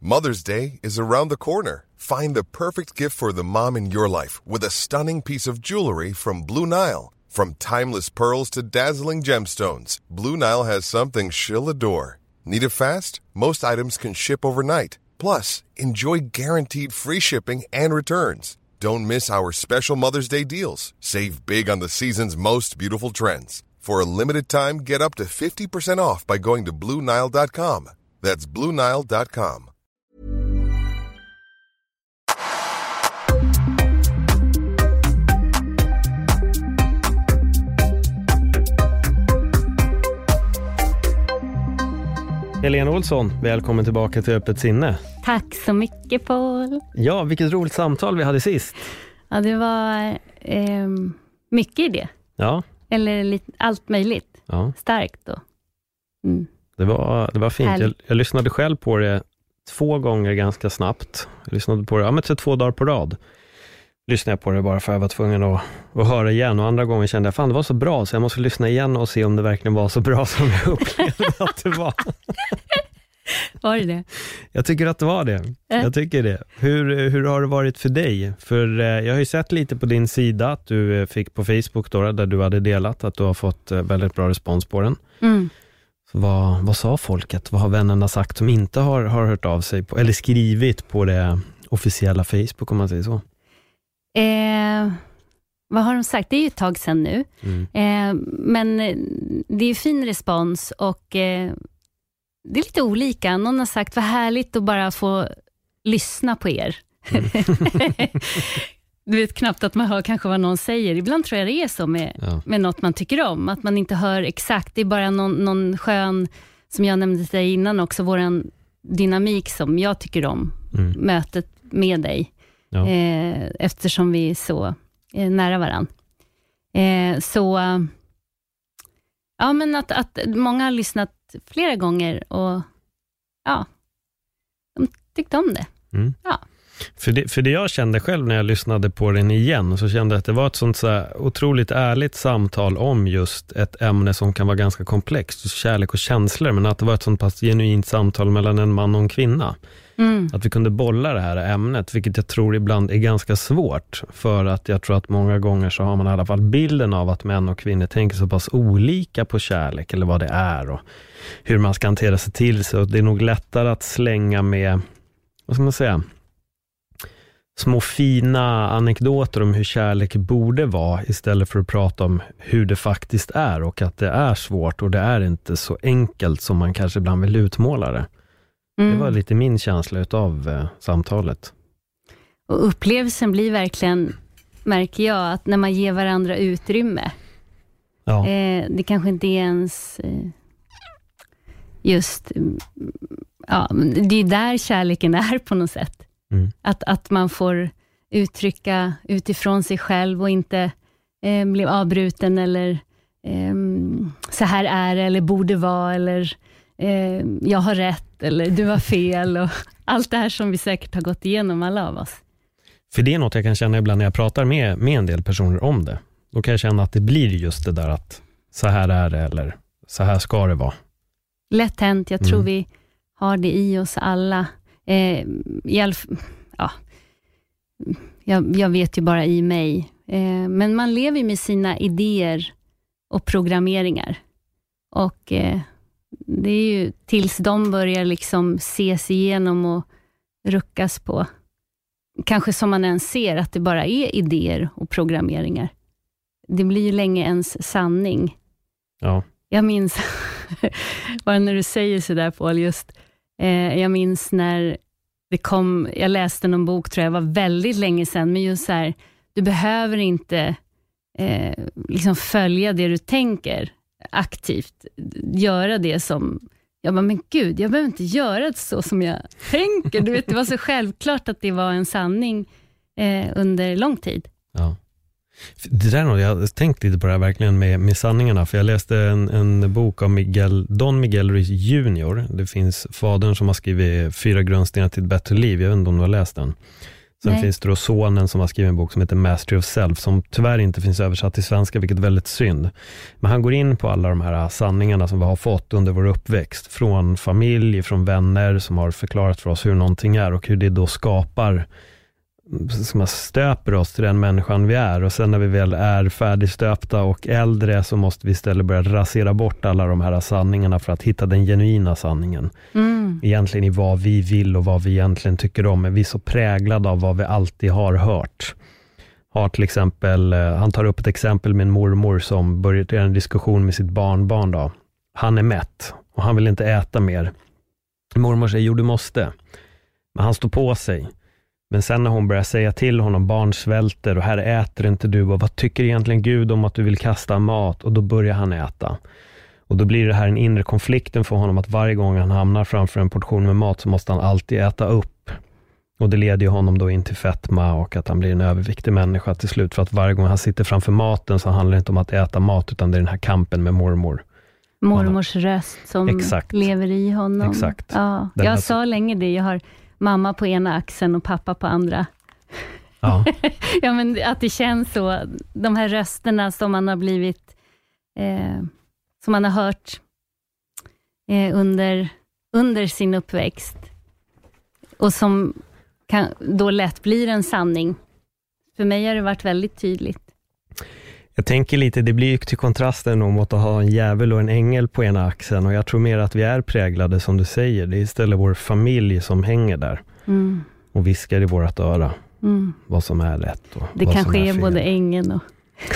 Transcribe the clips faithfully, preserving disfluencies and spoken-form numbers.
Mother's Day is around the corner. Find the perfect gift for the mom in your life with a stunning piece of jewelry from Blue Nile. From timeless pearls to dazzling gemstones, Blue Nile has something she'll adore. Need it fast? Most items can ship overnight. Plus, enjoy guaranteed free shipping and returns. Don't miss our special Mother's Day deals. Save big on the season's most beautiful trends. For a limited time, get up to fifty percent off by going to blue nile dot com. That's blue nile dot com. Helena Olsson, välkommen tillbaka till Öppet sinne. Tack så mycket, Paul. Ja, vilket roligt samtal vi hade sist. Ja, det var eh, mycket i det. Ja. Eller lite, allt möjligt. Ja. Starkt då. Mm. Det var, det var fint. Jag, jag lyssnade själv på det två gånger ganska snabbt. Jag lyssnade på det, ja men till två dagar på rad. Lyssnade jag på det bara för att jag var tvungen att, att höra igen. Och andra gången kände jag, fan det var så bra så jag måste lyssna igen och se om det verkligen var så bra som jag upplevde att det var. Var det det? Jag tycker att det var det. Äh. Jag tycker det. Hur, hur har det varit för dig? För eh, jag har ju sett lite på din sida att du eh, fick på Facebook då, där du hade delat att du har fått eh, väldigt bra respons på den. Mm. Så vad, vad sa folket? Vad har vännerna sagt som inte har, har hört av sig på, eller skrivit på det officiella Facebook om man säger så? Eh, vad har de sagt? Det är ju ett tag sedan nu. Mm. Eh, men det är ju fin respons och eh, det är lite olika. Någon har sagt, vad härligt att bara få lyssna på er. Mm. Du vet knappt att man hör kanske vad någon säger. Ibland tror jag det är så med, ja. med något man tycker om. Att man inte hör exakt. Det är bara någon, någon skön, som jag nämnde dig innan också, våran dynamik som jag tycker om. Mm. Mötet med dig. Ja. Eh, eftersom vi är så eh, nära varann. Eh, så ja, men att, att många har lyssnat flera gånger och ja, de tyckte om det. Mm. Ja. För det, för det jag kände själv när jag lyssnade på den igen, så kände jag att det var ett sånt så här otroligt ärligt samtal om just ett ämne som kan vara ganska komplext, kärlek och känslor, men att det var ett sånt pass genuint samtal mellan en man och en kvinna. Mm. Att vi kunde bolla det här ämnet, vilket jag tror ibland är ganska svårt, för att jag tror att många gånger så har man i alla fall bilden av att män och kvinnor tänker så pass olika på kärlek eller vad det är och hur man ska hantera sig till sig, och det är nog lättare att slänga med, vad ska man säga, små fina anekdoter om hur kärlek borde vara istället för att prata om hur det faktiskt är och att det är svårt och det är inte så enkelt som man kanske ibland vill utmåla det. Mm. Det var lite min känsla utav eh, samtalet. Och upplevelsen blir verkligen, märker jag, att när man ger varandra utrymme. Ja. Eh, det kanske inte är ens eh, just ja, det är där kärleken är på något sätt. Mm. Att, att man får uttrycka utifrån sig själv och inte eh, bli avbruten eller eh, så här är det eller borde vara eller eh, jag har rätt eller du har fel och allt det här som vi säkert har gått igenom alla av oss. För det är något jag kan känna ibland när jag pratar med, med en del personer om det. Då kan jag känna att det blir just det där att så här är det eller så här ska det vara. Lätt hänt, jag tror mm. vi har det i oss alla. Eh, i all, ja, jag, jag vet ju bara i mig. Eh, men man lever med sina idéer och programmeringar. Och eh, det är ju tills de börjar liksom ses igenom och ruckas på. Kanske som man ens ser att det bara är idéer och programmeringar. Det blir ju länge ens sanning. Ja. Jag minns, bara när du säger sådär Paul, just eh, jag minns när det kom, jag läste någon bok tror jag var väldigt länge sedan, men just så här, du behöver inte eh, liksom följa det du tänker aktivt, göra det som jag bara, men gud, jag behöver inte göra det så som jag tänker. Du vet, det var så självklart att det var en sanning eh, under lång tid. Ja. Det där är något, jag har tänkt lite på det här verkligen med, med sanningarna, för jag läste en, en bok av Miguel, Don Miguel Ruiz junior Det finns fadern som har skrivit Fyra grundstenar till ett bättre liv. Jag vet inte om du har läst den. Sen Nej. finns det då sonen som har skrivit en bok som heter Mastery of Self, som tyvärr inte finns översatt till svenska, vilket är väldigt synd. Men han går in på alla de här sanningarna som vi har fått under vår uppväxt, från familj, från vänner som har förklarat för oss hur någonting är och hur det då skapar, som man stöper oss till den människan vi är. Och sen när vi väl är färdigstöpta och äldre så måste vi istället börja rasera bort alla de här sanningarna för att hitta den genuina sanningen. Mm. Egentligen i vad vi vill och vad vi egentligen tycker om. Men vi är så präglade av vad vi alltid har hört. Har till exempel, han tar upp ett exempel med en mormor som började en diskussion med sitt barnbarn då. Han är mätt och han vill inte äta mer. Mormor säger, jo du måste. Men han står på sig. Men sen när hon börjar säga till honom, barn svälter och här äter inte du, och vad tycker egentligen Gud om att du vill kasta mat? Och då börjar han äta. Och då blir det här en inre konflikten för honom, att varje gång han hamnar framför en portion med mat så måste han alltid äta upp. Och det leder ju honom då in till fetma och att han blir en överviktig människa till slut, för att varje gång han sitter framför maten så handlar det inte om att äta mat, utan det är den här kampen med mormor. Mormors röst som Exakt. lever i honom. Exakt. Ja. Jag här... sa länge det, jag har mamma på ena axeln och pappa på andra. Ja. Ja, men att det känns så. De här rösterna som man har blivit eh, som man har hört eh, under, under sin uppväxt. Och som kan, då lätt blir en sanning. För mig har det varit väldigt tydligt. Jag tänker lite, det blir ju till kontrasten om att ha en djävul och en ängel på ena axeln. Och jag tror mer att vi är präglade, som du säger. Det är istället vår familj som hänger där. Mm. Och viskar i vårat öra. Mm. Vad som är rätt och det vad kanske som är, är fel. både ängeln och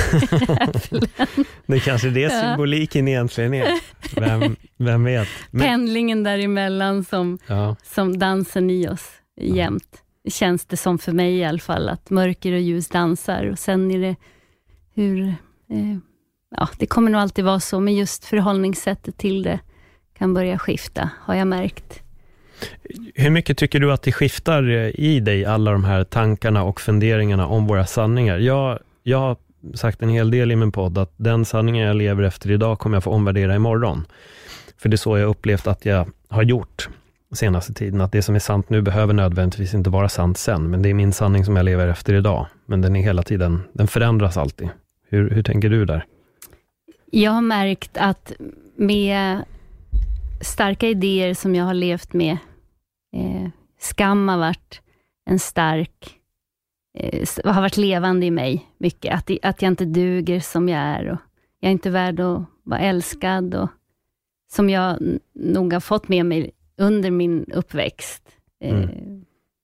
det kanske är det symboliken ja. egentligen är. Vem, vem vet? Men... pendlingen däremellan som, ja. som dansen i oss jämt. Ja. Känns det som för mig i alla fall, att mörker och ljus dansar. Och sen är det hur... Eh, ja, det kommer nog alltid vara så, men just förhållningssättet till det kan börja skifta, har jag märkt. Hur mycket tycker du att det skiftar i dig, alla de här tankarna och funderingarna om våra sanningar? Jag, jag har sagt en hel del i min podd att den sanningen jag lever efter idag kommer jag få omvärdera imorgon. För det är så jag upplevt att jag har gjort senaste tiden. Att det som är sant nu behöver nödvändigtvis inte vara sant sen. Men det är min sanning som jag lever efter idag. Men den är hela tiden, den förändras alltid. Hur, hur tänker du där? Jag har märkt att med starka idéer som jag har levt med, eh, skam har varit en stark, eh, har varit levande i mig mycket. Att, att jag inte duger som jag är och jag är inte värd att vara älskad, och som jag n- nog har fått med mig under min uppväxt. Eh, mm.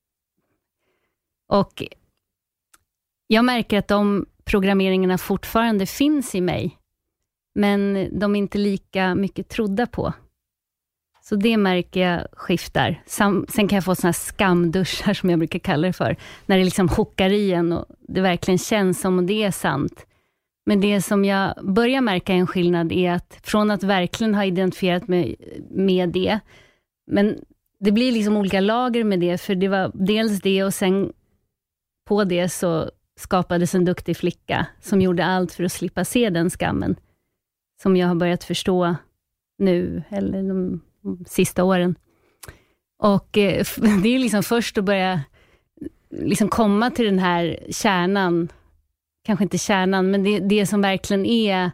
Och jag märker att de programmeringarna fortfarande finns i mig, men de är inte lika mycket trodda på. Så det märker jag skiftar. Sam, sen kan jag få såna här skamduschar som jag brukar kalla det för. När det liksom chockar i en och det verkligen känns som om det är sant. Men det som jag börjar märka en skillnad är att från att verkligen ha identifierat mig med det. Men det blir liksom olika lager med det. För det var dels det, och sen på det så skapades en duktig flicka som gjorde allt för att slippa se den skammen. Som jag har börjat förstå nu, eller de sista åren. Och eh, det är liksom först att börja liksom komma till den här kärnan, kanske inte kärnan, men det, det som verkligen är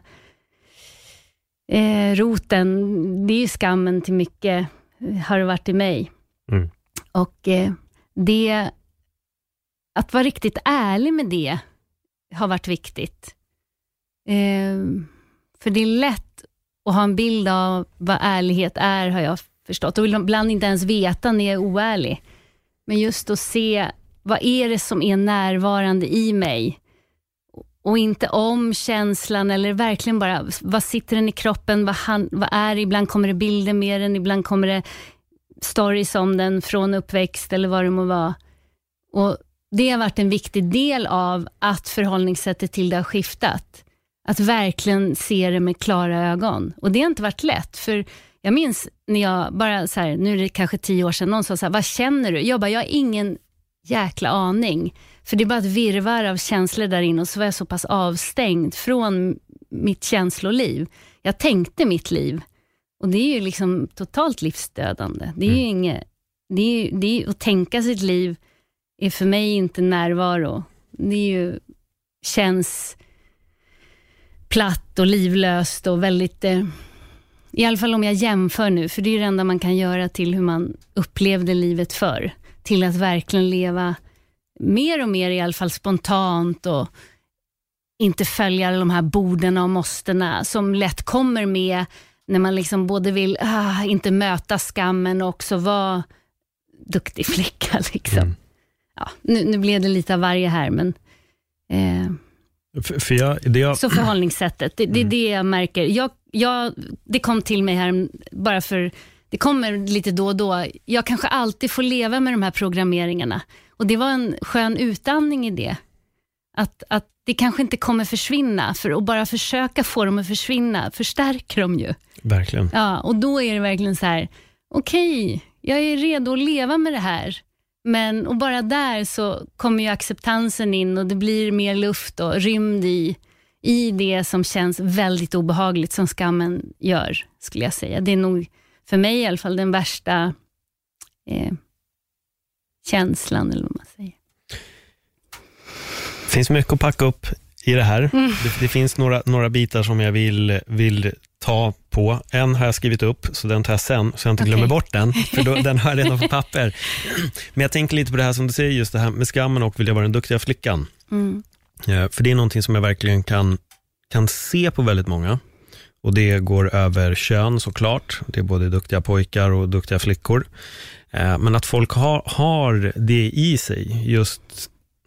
eh, roten, det är ju skammen till mycket, har det varit i mig. Mm. Och eh, det, att vara riktigt ärlig med det har varit viktigt. Eh, för det är lätt att ha en bild av vad ärlighet är, har jag förstått. Och ibland inte ens veta när jag är oärlig. Men just att se, vad är det som är närvarande i mig? Och inte om känslan, eller verkligen bara, vad sitter den i kroppen? Vad, han, vad är det? Ibland kommer det bilder med den, ibland kommer det stories om den från uppväxt eller vad det må vara. Och det har varit en viktig del av att förhållningssättet till det har skiftat. Att verkligen se det med klara ögon. Och det har inte varit lätt. För jag minns när jag bara så här, nu är det kanske tio år sedan, någon sa så här, vad känner du? Jag bara, jag har ingen jäkla aning. För det är bara ett virrvarr av känslor där inne. Och så var jag så pass avstängd från mitt känsloliv. Jag tänkte mitt liv. Och det är ju liksom totalt livsdödande. Det är mm. ju inget, det är, det är, att tänka sitt liv är för mig inte närvaro. Det är ju, känns platt och livlöst och väldigt, eh, i alla fall om jag jämför nu, för det är det enda man kan göra till hur man upplevde livet förr, till att verkligen leva mer och mer i alla fall spontant och inte följa alla de här borden och måstena som lätt kommer med när man liksom både vill ah, inte möta skammen och också vara duktig flicka liksom. Mm. Ja, nu, nu blev det lite av varje här, men eh, för, för jag, det jag... så förhållningssättet, det, det är mm. det jag märker. Jag, jag, det kom till mig här bara för, det kommer lite då och då. Jag kanske alltid får leva med de här programmeringarna. Och det var en skön utandning i det. Att, att det kanske inte kommer försvinna. För att bara försöka få dem att försvinna förstärker dem ju. Verkligen. Ja, och då är det verkligen så här, okej, okay, jag är redo att leva med det här. Men och bara där så kommer ju acceptansen in och det blir mer luft och rymd i, i det som känns väldigt obehagligt som skammen gör, skulle jag säga. Det är nog för mig i alla fall den värsta eh, känslan, eller vad man säger. Det finns mycket att packa upp i det här. Mm. Det, det finns några, några bitar som jag vill, vill ta på. En har jag skrivit upp, så den tar jag sen, så jag inte okay. glömmer bort den, för då, den har jag redan på papper. Men jag tänker lite på det här som du säger, just det här med skammen och vill jag vara den duktiga flickan. Mm. Ja, för det är någonting som jag verkligen kan, kan se på väldigt många. Och det går över kön såklart. Det är både duktiga pojkar och duktiga flickor. Eh, men att folk har, har det i sig, just...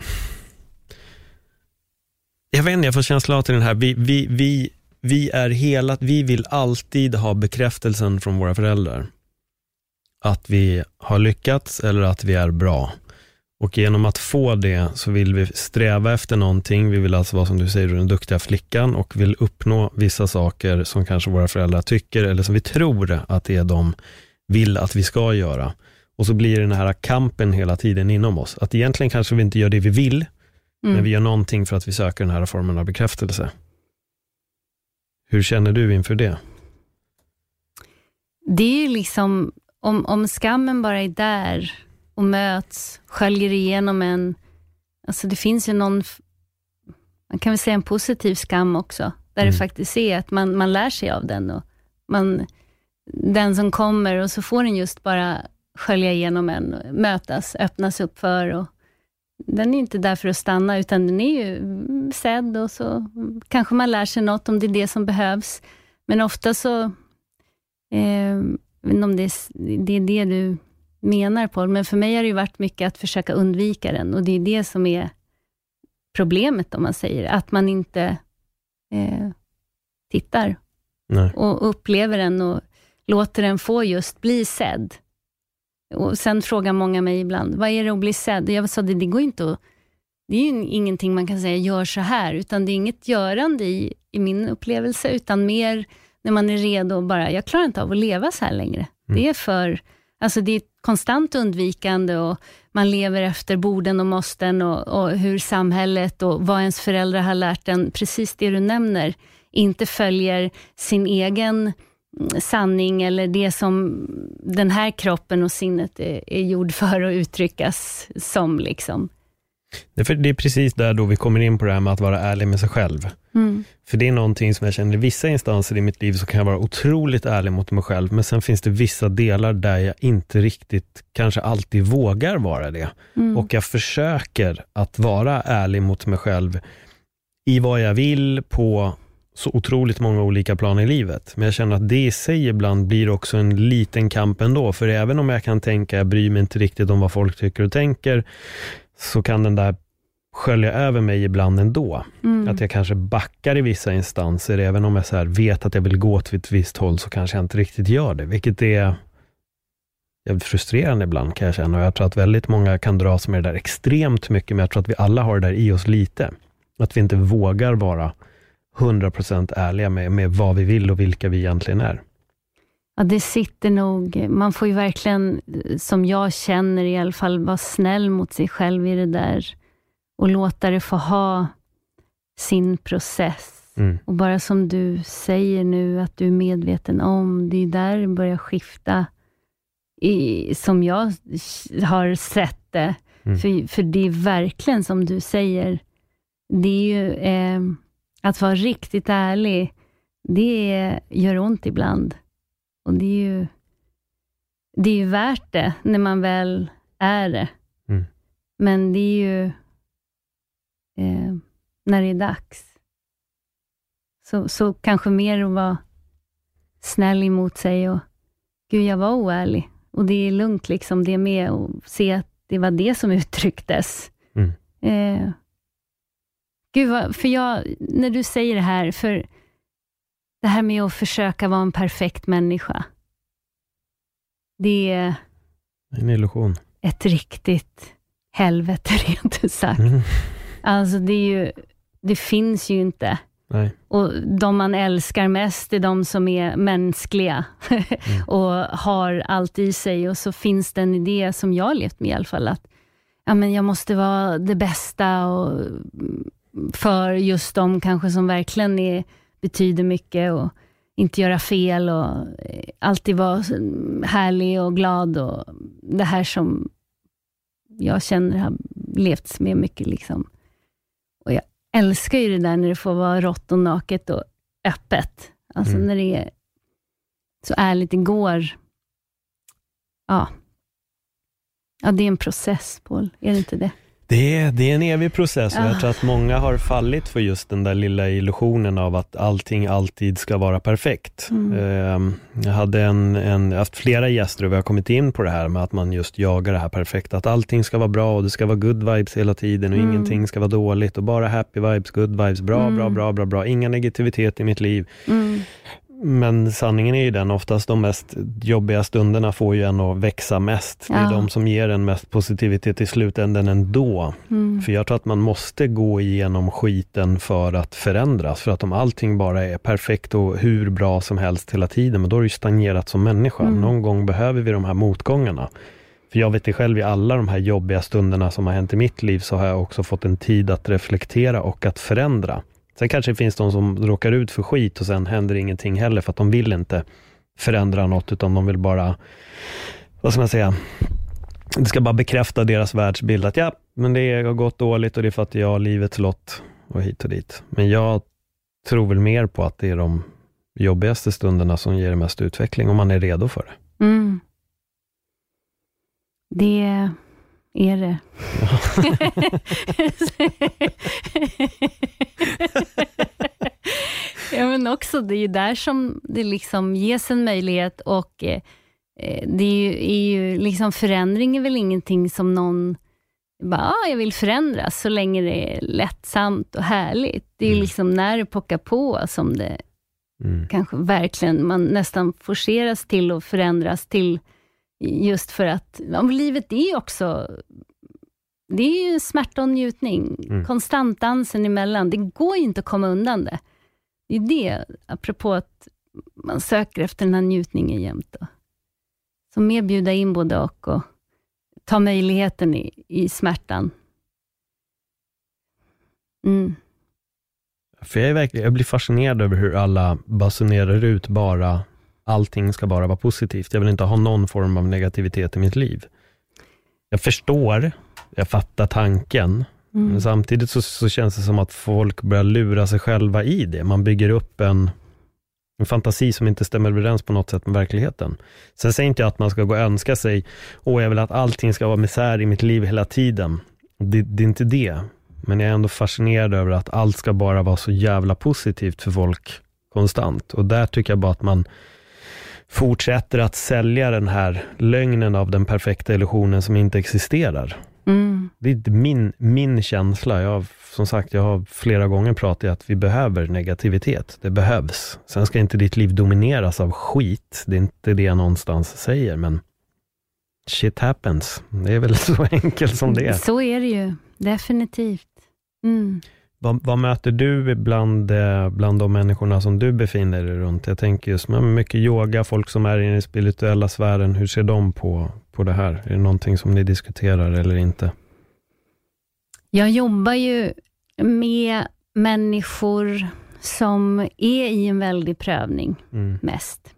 Jag vet inte, jag får känsla av till den här. Vi, vi, vi, vi är hela, vi vill alltid ha bekräftelsen från våra föräldrar. Att vi har lyckats eller att vi är bra. Och genom att få det så vill vi sträva efter någonting. Vi vill alltså vara, som du säger, den duktiga flickan och vill uppnå vissa saker som kanske våra föräldrar tycker eller som vi tror att det är de vill att vi ska göra. Och så blir den här kampen hela tiden inom oss. Att egentligen kanske vi inte gör det vi vill, mm. men vi gör någonting för att vi söker den här formen av bekräftelse. Hur känner du inför det? Det är liksom, om, om skammen bara är där och möts, sköljer igenom en, alltså det finns ju någon, man kan väl säga en positiv skam också, där mm. det faktiskt är att man, man lär sig av den och man, den som kommer och så får den just bara skölja igenom en, mötas, öppnas upp för, och den är inte där för att stanna, utan den är ju sedd och så kanske man lär sig något om det är det som behövs, men ofta så eh, om det är, det är det du menar på, men för mig har det ju varit mycket att försöka undvika den, och det är det som är problemet, om man säger, att man inte eh, tittar Nej. och upplever den och låter den få just bli sedd. Och sen frågar många mig ibland, vad är det att bli sedd? Jag sa, det, det går inte att, det är ju ingenting man kan säga, gör så här, utan det är inget görande i, i min upplevelse, utan mer när man är redo och bara, jag klarar inte av att leva så här längre. Mm. Det är för, alltså det är konstant undvikande och man lever efter borden och måsten och, och hur samhället och vad ens föräldrar har lärt en, precis det du nämner, inte följer sin egen sanning eller det som den här kroppen och sinnet är, är gjord för att uttryckas som liksom. Det är, för det är precis där då vi kommer in på det här med att vara ärlig med sig själv. Mm. För det är någonting som jag känner i vissa instanser i mitt liv så kan jag vara otroligt ärlig mot mig själv, men sen finns det vissa delar där jag inte riktigt kanske alltid vågar vara det. Mm. Och jag försöker att vara ärlig mot mig själv i vad jag vill på så otroligt många olika plan i livet. Men jag känner att det i sig ibland blir också en liten kamp ändå. För även om jag kan tänka, jag bryr mig inte riktigt om vad folk tycker och tänker, så kan den där skölja över mig ibland ändå. Mm. Att jag kanske backar i vissa instanser, även om jag så här vet att jag vill gå till ett visst håll, så kanske jag inte riktigt gör det. Vilket är frustrerande ibland, kan jag känna. Och jag tror att väldigt många kan dras med det där extremt mycket, men jag tror att vi alla har det där i oss lite. Att vi inte vågar vara hundra procent ärliga med, med vad vi vill och vilka vi egentligen är. Ja, det sitter nog, man får ju verkligen, som jag känner i alla fall, vara snäll mot sig själv i det där och låta det få ha sin process. Mm. Och bara som du säger nu, att du är medveten om, det är där det börjar skifta i, som jag har sett det. Mm. För, för det är verkligen som du säger, det är ju eh, att vara riktigt ärlig, det är, gör ont ibland. Och det är ju det är ju värt det när man väl är det. Mm. Men det är ju eh, när det är dags. Så, så kanske mer att vara snäll emot sig och gud, jag var oärlig. Och det är lugnt liksom det med och se att det var det som uttrycktes. Mm. Eh, gud, vad, för jag, när du säger det här, för det här med att försöka vara en perfekt människa, det är en illusion. Ett riktigt helvete rent ut sagt. Mm. Alltså det är ju, det finns ju inte. Nej. Och de man älskar mest är de som är mänskliga mm. och har allt i sig. Och så finns det en idé som jag har levt med i alla fall, att ja, men jag måste vara det bästa och för just de kanske som verkligen är, betyder mycket och inte göra fel och alltid vara härlig och glad och det här som jag känner har levts med mycket liksom. Och jag älskar ju det där när det får vara rått och naket och öppet. Alltså mm. när det är så ärligt det går. Ja. Ja, det är en process, Paul. Är det inte det? Det är, det är en evig process och jag tror att många har fallit för just den där lilla illusionen av att allting alltid ska vara perfekt. Mm. Jag hade en, en, haft flera gäster och vi har kommit in på det här med att man just jagar det här perfekta. Att allting ska vara bra och det ska vara good vibes hela tiden och mm. ingenting ska vara dåligt och bara happy vibes, good vibes, bra, mm. bra, bra, bra, bra. Inga negativitet i mitt liv. Mm. Men sanningen är ju den, oftast de mest jobbiga stunderna får ju en att växa mest. Ja. Det är de som ger en mest positivitet i slutändan ändå. Mm. För jag tror att man måste gå igenom skiten för att förändras. För att om allting bara är perfekt och hur bra som helst hela tiden, men då är det ju stagnerat som människa. Mm. Någon gång behöver vi de här motgångarna. För jag vet det själv, i alla de här jobbiga stunderna som har hänt i mitt liv så har jag också fått en tid att reflektera och att förändra. Sen kanske det finns de som råkar ut för skit och sen händer ingenting heller för att de vill inte förändra något utan de vill bara, vad ska man säga, det ska bara bekräfta deras världsbild att ja, men det har gått dåligt och det är för att jag har livets lott och hit och dit. Men jag tror väl mer på att det är de jobbigaste stunderna som ger mest utveckling om man är redo för det. Mm. Det är det. Ja, men också det är ju där som det liksom ges en möjlighet och eh, det är ju, är ju liksom förändring är väl ingenting som någon bara, ah, jag vill förändras så länge det är lättsamt och härligt. Det är ju mm. liksom när det pockar på som det mm. kanske verkligen man nästan forceras till att förändras till just för att ja, livet är ju också det är ju smärta och njutning. Mm. Konstant dansen emellan. Det går ju inte att komma undan det. Det är det, apropå att man söker efter den här njutningen jämt. Då. Så mer bjuda in både och och ta möjligheten i, i smärtan. Mm. För jag, är verkligen, jag blir fascinerad över hur alla basunerar ut bara allting ska bara vara positivt. Jag vill inte ha någon form av negativitet i mitt liv. Jag förstår, jag fattar tanken. Mm. Men samtidigt så, så känns det som att folk börjar lura sig själva i det. Man bygger upp en, en fantasi som inte stämmer överens på något sätt med verkligheten. Sen säger inte jag att man ska gå och önska sig åh, jag vill att allting ska vara misär i mitt liv hela tiden. Det, det är inte det. Men jag är ändå fascinerad över att allt ska bara vara så jävla positivt för folk konstant. Och där tycker jag bara att man fortsätter att sälja den här lögnen av den perfekta illusionen som inte existerar. Mm. Det är min, min känsla. Jag har, som sagt, jag har flera gånger pratat att vi behöver negativitet. Det behövs. Sen ska inte ditt liv domineras av skit. Det är inte det jag någonstans säger, men shit happens. Det är väl så enkelt som det är. Så är det ju. Definitivt. Mm. Vad, vad möter du bland, bland de människorna som du befinner dig runt? Jag tänker just med mycket yoga, folk som är i den spirituella sfären. Hur ser de på, på det här? Är det någonting som ni diskuterar eller inte? Jag jobbar ju med människor som är i en väldig prövning mm. mest.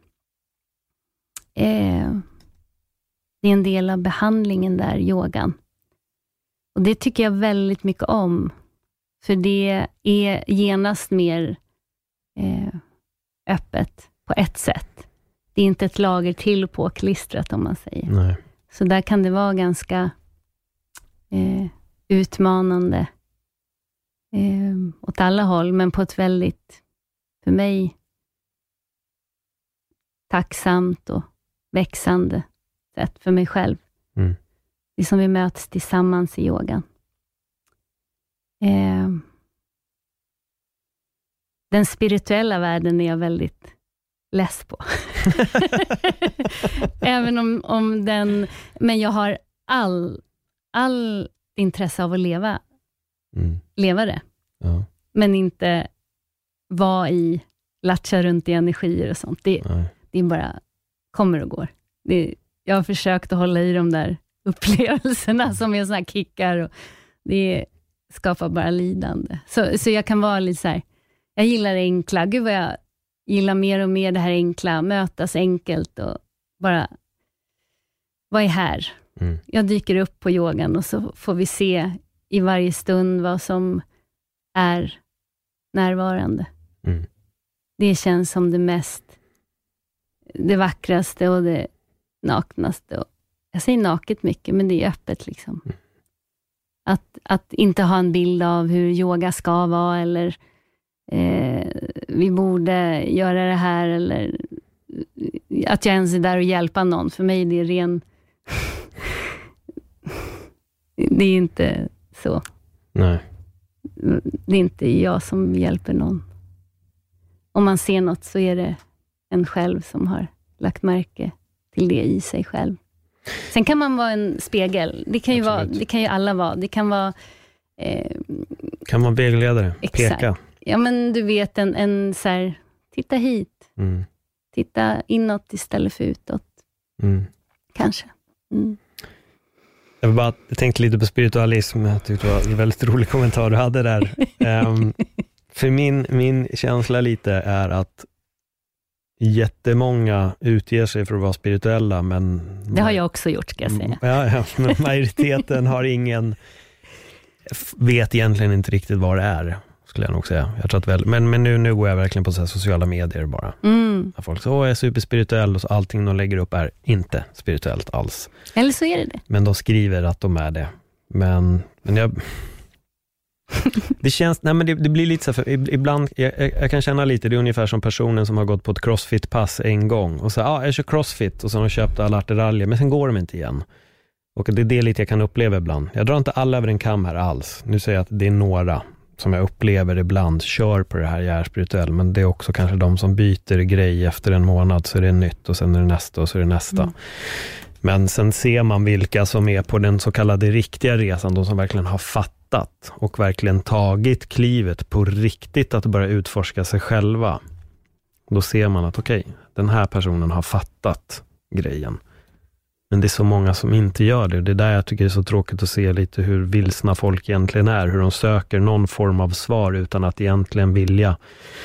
Eh, det är en del av behandlingen där, yogan. Och det tycker jag väldigt mycket om. För det är genast mer eh, öppet på ett sätt. Det är inte ett lager till på klistret om man säger. Nej. Så där kan det vara ganska eh, utmanande eh, åt alla håll. Men på ett väldigt, för mig, tacksamt och växande sätt för mig själv. Mm. Det är som vi möts tillsammans i yogan. Eh, den spirituella världen är jag väldigt less på. Även om, om den, men jag har all, all intresse av att leva, mm. leva det. Ja. Men inte vara i, latcha runt i energier och sånt. Det, det är bara, kommer och går. Det, jag har försökt att hålla i de där upplevelserna som är såna här kickar och det skapar bara lidande. Så, så jag kan vara lite så här, jag gillar det enkla. Gud vad jag gillar mer och mer det här enkla. Mötas enkelt och bara vad är här? Mm. Jag dyker upp på yogan och så får vi se i varje stund vad som är närvarande. Mm. Det känns som det mest, det vackraste och det naknaste. Och jag säger naket mycket, men det är öppet liksom. Mm. Att, att inte ha en bild av hur yoga ska vara eller eh, vi borde göra det här eller att jag ens är där och hjälpa någon. För mig det är ren det är inte så. Nej. Det är inte jag som hjälper någon. Om man ser något så är det en själv som har lagt märke till det i sig själv. Sen kan man vara en spegel. Det kan ju, vara, det kan ju alla vara. Det kan vara... Eh, kan man vägledare? Exakt. Peka? Ja, men du vet en, en så här, titta hit. Mm. Titta inåt istället för utåt. Mm. Kanske. Mm. Jag, bara, jag tänkte lite på spiritualism. Jag tyckte det var en väldigt rolig kommentar du hade där. um, för min, min känsla lite är att jättemånga utger sig för att vara spirituella, men det har jag också gjort, ska jag säga. Ja, ja, men majoriteten har ingen vet egentligen inte riktigt vad det är, skulle jag nog säga. Jag tror att väl, men, men nu, nu går jag verkligen på så här sociala medier bara. Mm. Där folk säger, åh jag är superspirituell och så allting de lägger upp är inte spirituellt alls. Eller så är det det. Men de skriver att de är det. Men, men jag... det känns, nej men det, det blir lite så här, för ibland, jag, jag kan känna lite, det är ungefär som personen som har gått på ett crossfit-pass en gång och så ja, ah, jag kör crossfit och så har de köpt alla arteraljer, men sen går de inte igen. Och det är det lite jag kan uppleva ibland. Jag drar inte alla över en kam här alls. Nu säger jag att det är några som jag upplever ibland kör på det här, jag är spirituell, men det är också kanske de som byter grej efter en månad, så är det nytt och sen är det nästa och så är det nästa. Mm. Men sen ser man vilka som är på den så kallade riktiga resan, de som verkligen har fattat och verkligen tagit klivet på riktigt att börja utforska sig själva. Då ser man att okej, okay, den här personen har fattat grejen. Men det är så många som inte gör det. Det är där jag tycker det är så tråkigt att se lite hur vilsna folk egentligen är. Hur de söker någon form av svar utan att egentligen vilja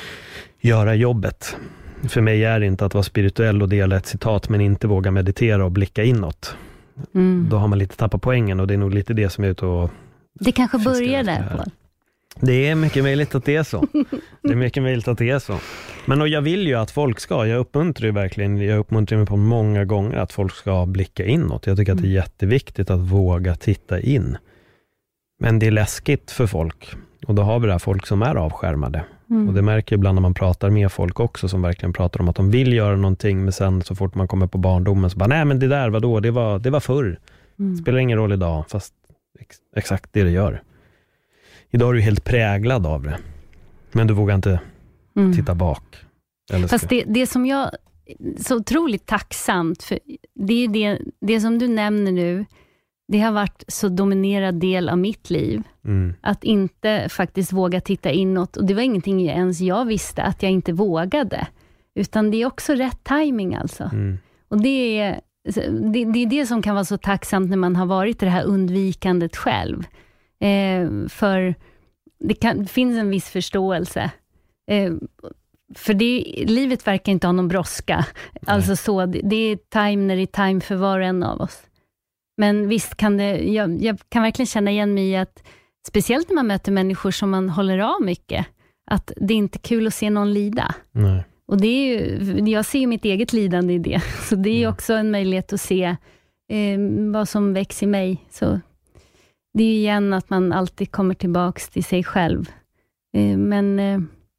göra jobbet. För mig är det inte att vara spirituell och dela ett citat men inte våga meditera och blicka inåt. Mm. Då har man lite tappat poängen och det är nog lite det som är ute och... Det kanske börjar där, Paul. Det är mycket möjligt att det är så. Det är mycket möjligt att det är så. Men och jag vill ju att folk ska, jag uppmuntrar ju verkligen, jag uppmuntrar mig på många gånger att folk ska blicka inåt. Jag tycker att det är jätteviktigt att våga titta in. Men det är läskigt för folk. Och då har vi där folk som är avskärmade. Mm. Och det märker jag ibland när man pratar med folk också som verkligen pratar om att de vill göra någonting, men sen så fort man kommer på barndomen så bara, nej men det där, vadå? Det var, det var förr. Mm. Spelar ingen roll idag, fast ex- exakt det det gör. Idag är du helt präglad av det. Men du vågar inte mm. titta bak. Eller Fast det, det som jag så otroligt tacksamt för, det är det, det som du nämner nu, det har varit så dominerad del av mitt liv. Mm. Att inte faktiskt våga titta inåt. Och det var ingenting ens jag visste att jag inte vågade. Utan det är också rätt timing alltså. Mm. Och det är, det, det är det som kan vara så tacksamt när man har varit i det här undvikandet själv. Eh, för det, kan, det finns en viss förståelse. Eh, för det, livet verkar inte ha någon brådska. Alltså så, det, det är time när det är time för var och en av oss. Men visst kan det, jag, jag kan verkligen känna igen mig i att, speciellt när man möter människor som man håller av mycket, att det är inte kul att se någon lida. Nej. Och det är ju, jag ser ju mitt eget lidande i det. Så det är ju också en möjlighet att se eh, vad som växer i mig. Så det är ju igen att man alltid kommer tillbaks till sig själv. Eh, men eh,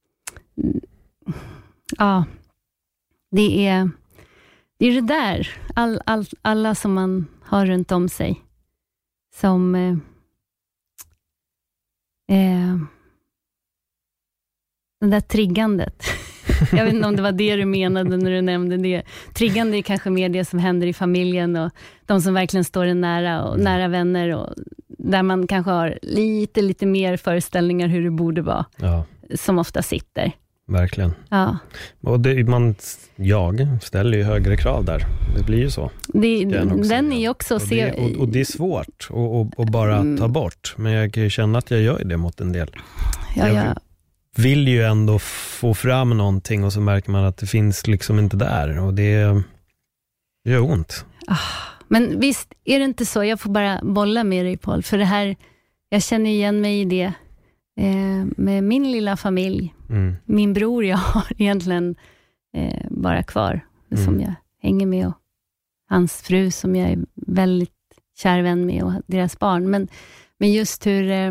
ja, det är det är det där. All, all, alla som man har runt om sig. Som eh, eh, det där triggandet. Jag vet inte om det var det du menade när du nämnde det. Triggande är kanske mer det som händer i familjen och de som verkligen står en nära och nära vänner och där man kanske har lite, lite mer föreställningar hur det borde vara. Ja. Som ofta sitter. Verkligen. Ja. Och det, man, jag ställer ju högre krav där. Det blir ju så. Det, den är ju också... Och det, och, och det är svårt att, att bara mm. ta bort. Men jag kan ju känna att jag gör det mot en del. Ja, jag ja. vill ju ändå få fram någonting och så märker man att det finns liksom inte där. Och det, det gör ont. Ah, men visst är det inte så. Jag får bara bolla med dig, Paul. För det här, jag känner igen mig i det. Eh, med min lilla familj. Mm. Min bror jag har egentligen eh, bara kvar. Mm. Som jag hänger med. Och hans fru som jag är väldigt kär vän med. Och deras barn. Men, men just hur... Eh,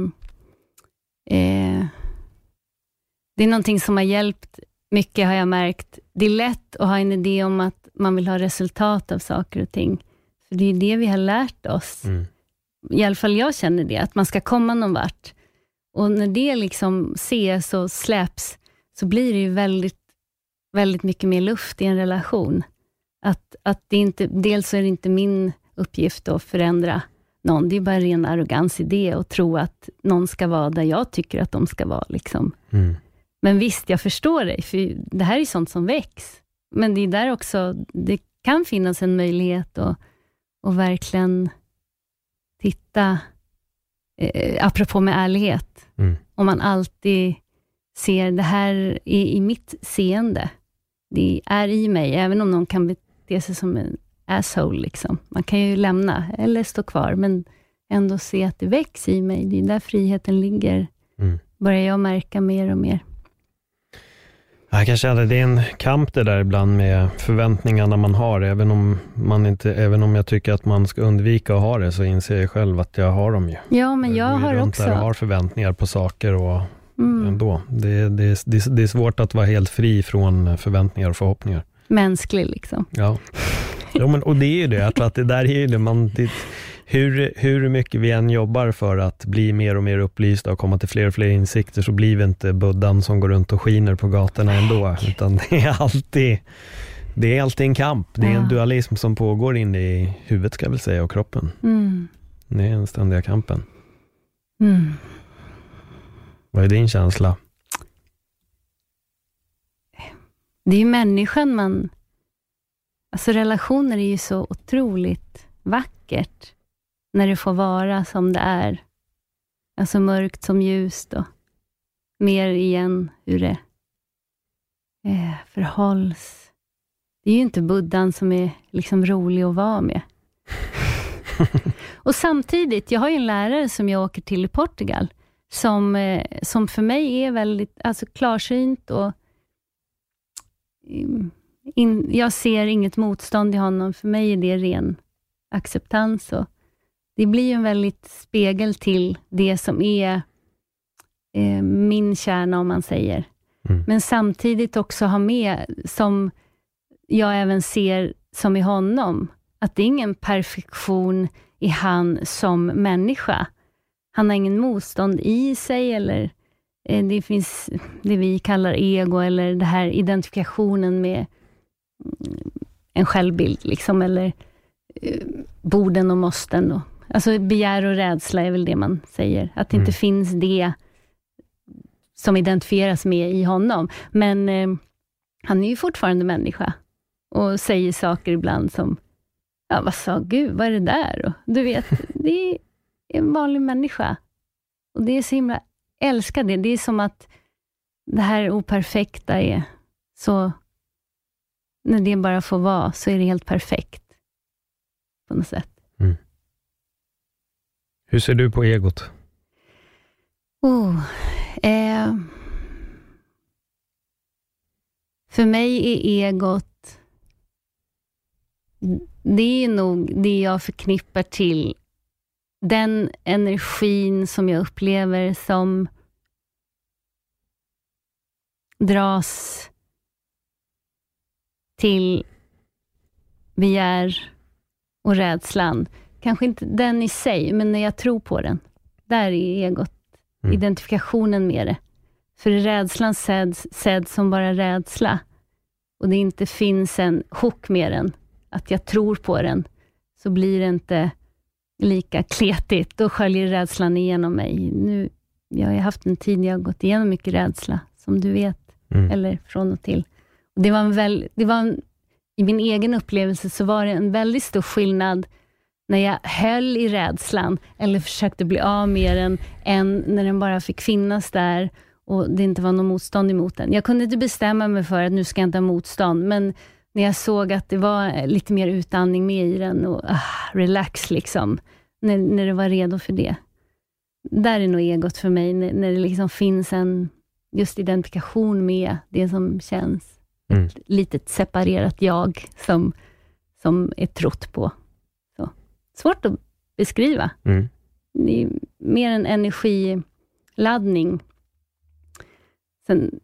eh, det är någonting som har hjälpt mycket, har jag märkt. Det är lätt att ha en idé om att man vill ha resultat av saker och ting. För det är det vi har lärt oss. Mm. I alla fall jag känner det. Att man ska komma någon vart. Och när det liksom ses och släpps så blir det ju väldigt, väldigt mycket mer luft i en relation. Att, att det inte, dels så är det inte min uppgift att förändra någon. Det är bara ren arrogans i det och tro att någon ska vara där jag tycker att de ska vara. Liksom. Mm. Men visst, jag förstår dig. För det här är sånt som väcks. Men det är där också, det kan finnas en möjlighet att, att verkligen titta, eh, apropå med ärlighet. Mm. Om man alltid ser det här är i mitt seende. Det är i mig, även om någon kan bete sig som en asshole. Liksom. Man kan ju lämna eller stå kvar, men ändå se att det väcks i mig. Det är där friheten ligger. Mm. Börjar jag märka mer och mer. Jag kan känna att det är en kamp det där ibland med förväntningarna man har. Även om, man inte, även om jag tycker att man ska undvika att ha det, så inser jag själv att jag har dem ju. Ja, men jag, jag har också. Jag har förväntningar på saker och mm. ändå. Det, det, det, det är svårt att vara helt fri från förväntningar och förhoppningar. Mänsklig liksom. Ja, ja men, och det är ju det. Jag tror att det där är ju det. Man, det, hur, hur mycket vi än jobbar för att bli mer och mer upplysta och komma till fler och fler insikter, så blir vi inte Buddhan som går runt och skiner på gatorna ändå. Utan det är alltid, det är alltid en kamp. Det är ja. en dualism som pågår inne i huvudet, ska jag väl säga, och kroppen. Mm. Det är den ständiga kampen. Mm. Vad är din känsla? Det är ju människan man... Alltså relationer är ju så otroligt vackert. När det får vara som det är. Alltså mörkt som ljust och mer igen hur det eh, förhålls. Det är ju inte Buddhan som är liksom rolig att vara med. Och samtidigt, jag har ju en lärare som jag åker till i Portugal. Som, eh, som för mig är väldigt alltså, klarsynt och in, jag ser inget motstånd i honom. För mig är det ren acceptans och det blir en väldigt spegel till det som är eh, min kärna, om man säger. Mm. Men samtidigt också ha med, som jag även ser som i honom, att det är ingen perfektion i han som människa. Han har ingen motstånd i sig, eller eh, det finns det vi kallar ego, eller det här identifikationen med en självbild, liksom, eller eh, borden och måsten och alltså begär och rädsla är väl det man säger. Att det mm. inte finns det som identifieras med i honom. Men eh, han är ju fortfarande människa. Och säger saker ibland som, ja vad sa Gud, vad är det där? Och, du vet, det är en vanlig människa. Och det är så himla, älskar det. Det är som att det här operfekta är så, när det bara får vara så är det helt perfekt. På något sätt. Mm. Hur ser du på egot? Oh, eh, för mig är egot, det är nog det jag förknippar till den energin som jag upplever som dras till begär och rädslan. Kanske inte den i sig, men när jag tror på den. Där är egot, mm. identifikationen med det. För rädslan säds, säds som bara rädsla. Och det inte finns en hook med den. Att jag tror på den. Så blir det inte lika kletigt. Då sköljer rädslan igenom mig. Nu, jag har haft en tid jag har gått igenom mycket rädsla. Som du vet. Mm. Eller från och till. Och det var en väl, det var en, i min egen upplevelse så var det en väldigt stor skillnad när jag höll i rädslan eller försökte bli av med den än när den bara fick finnas där och det inte var någon motstånd emot den. Jag kunde inte bestämma mig för att nu ska jag inte ha motstånd, men när jag såg att det var lite mer utandning med i den och ah, relax liksom, när, när det var redo för det. Där är nog egot för mig, när, när det liksom finns en just identifikation med det som känns mm. ett litet separerat jag som, som är trott på. Så. Svårt att beskriva. Mm. Det är mer en energiladdning. Sen,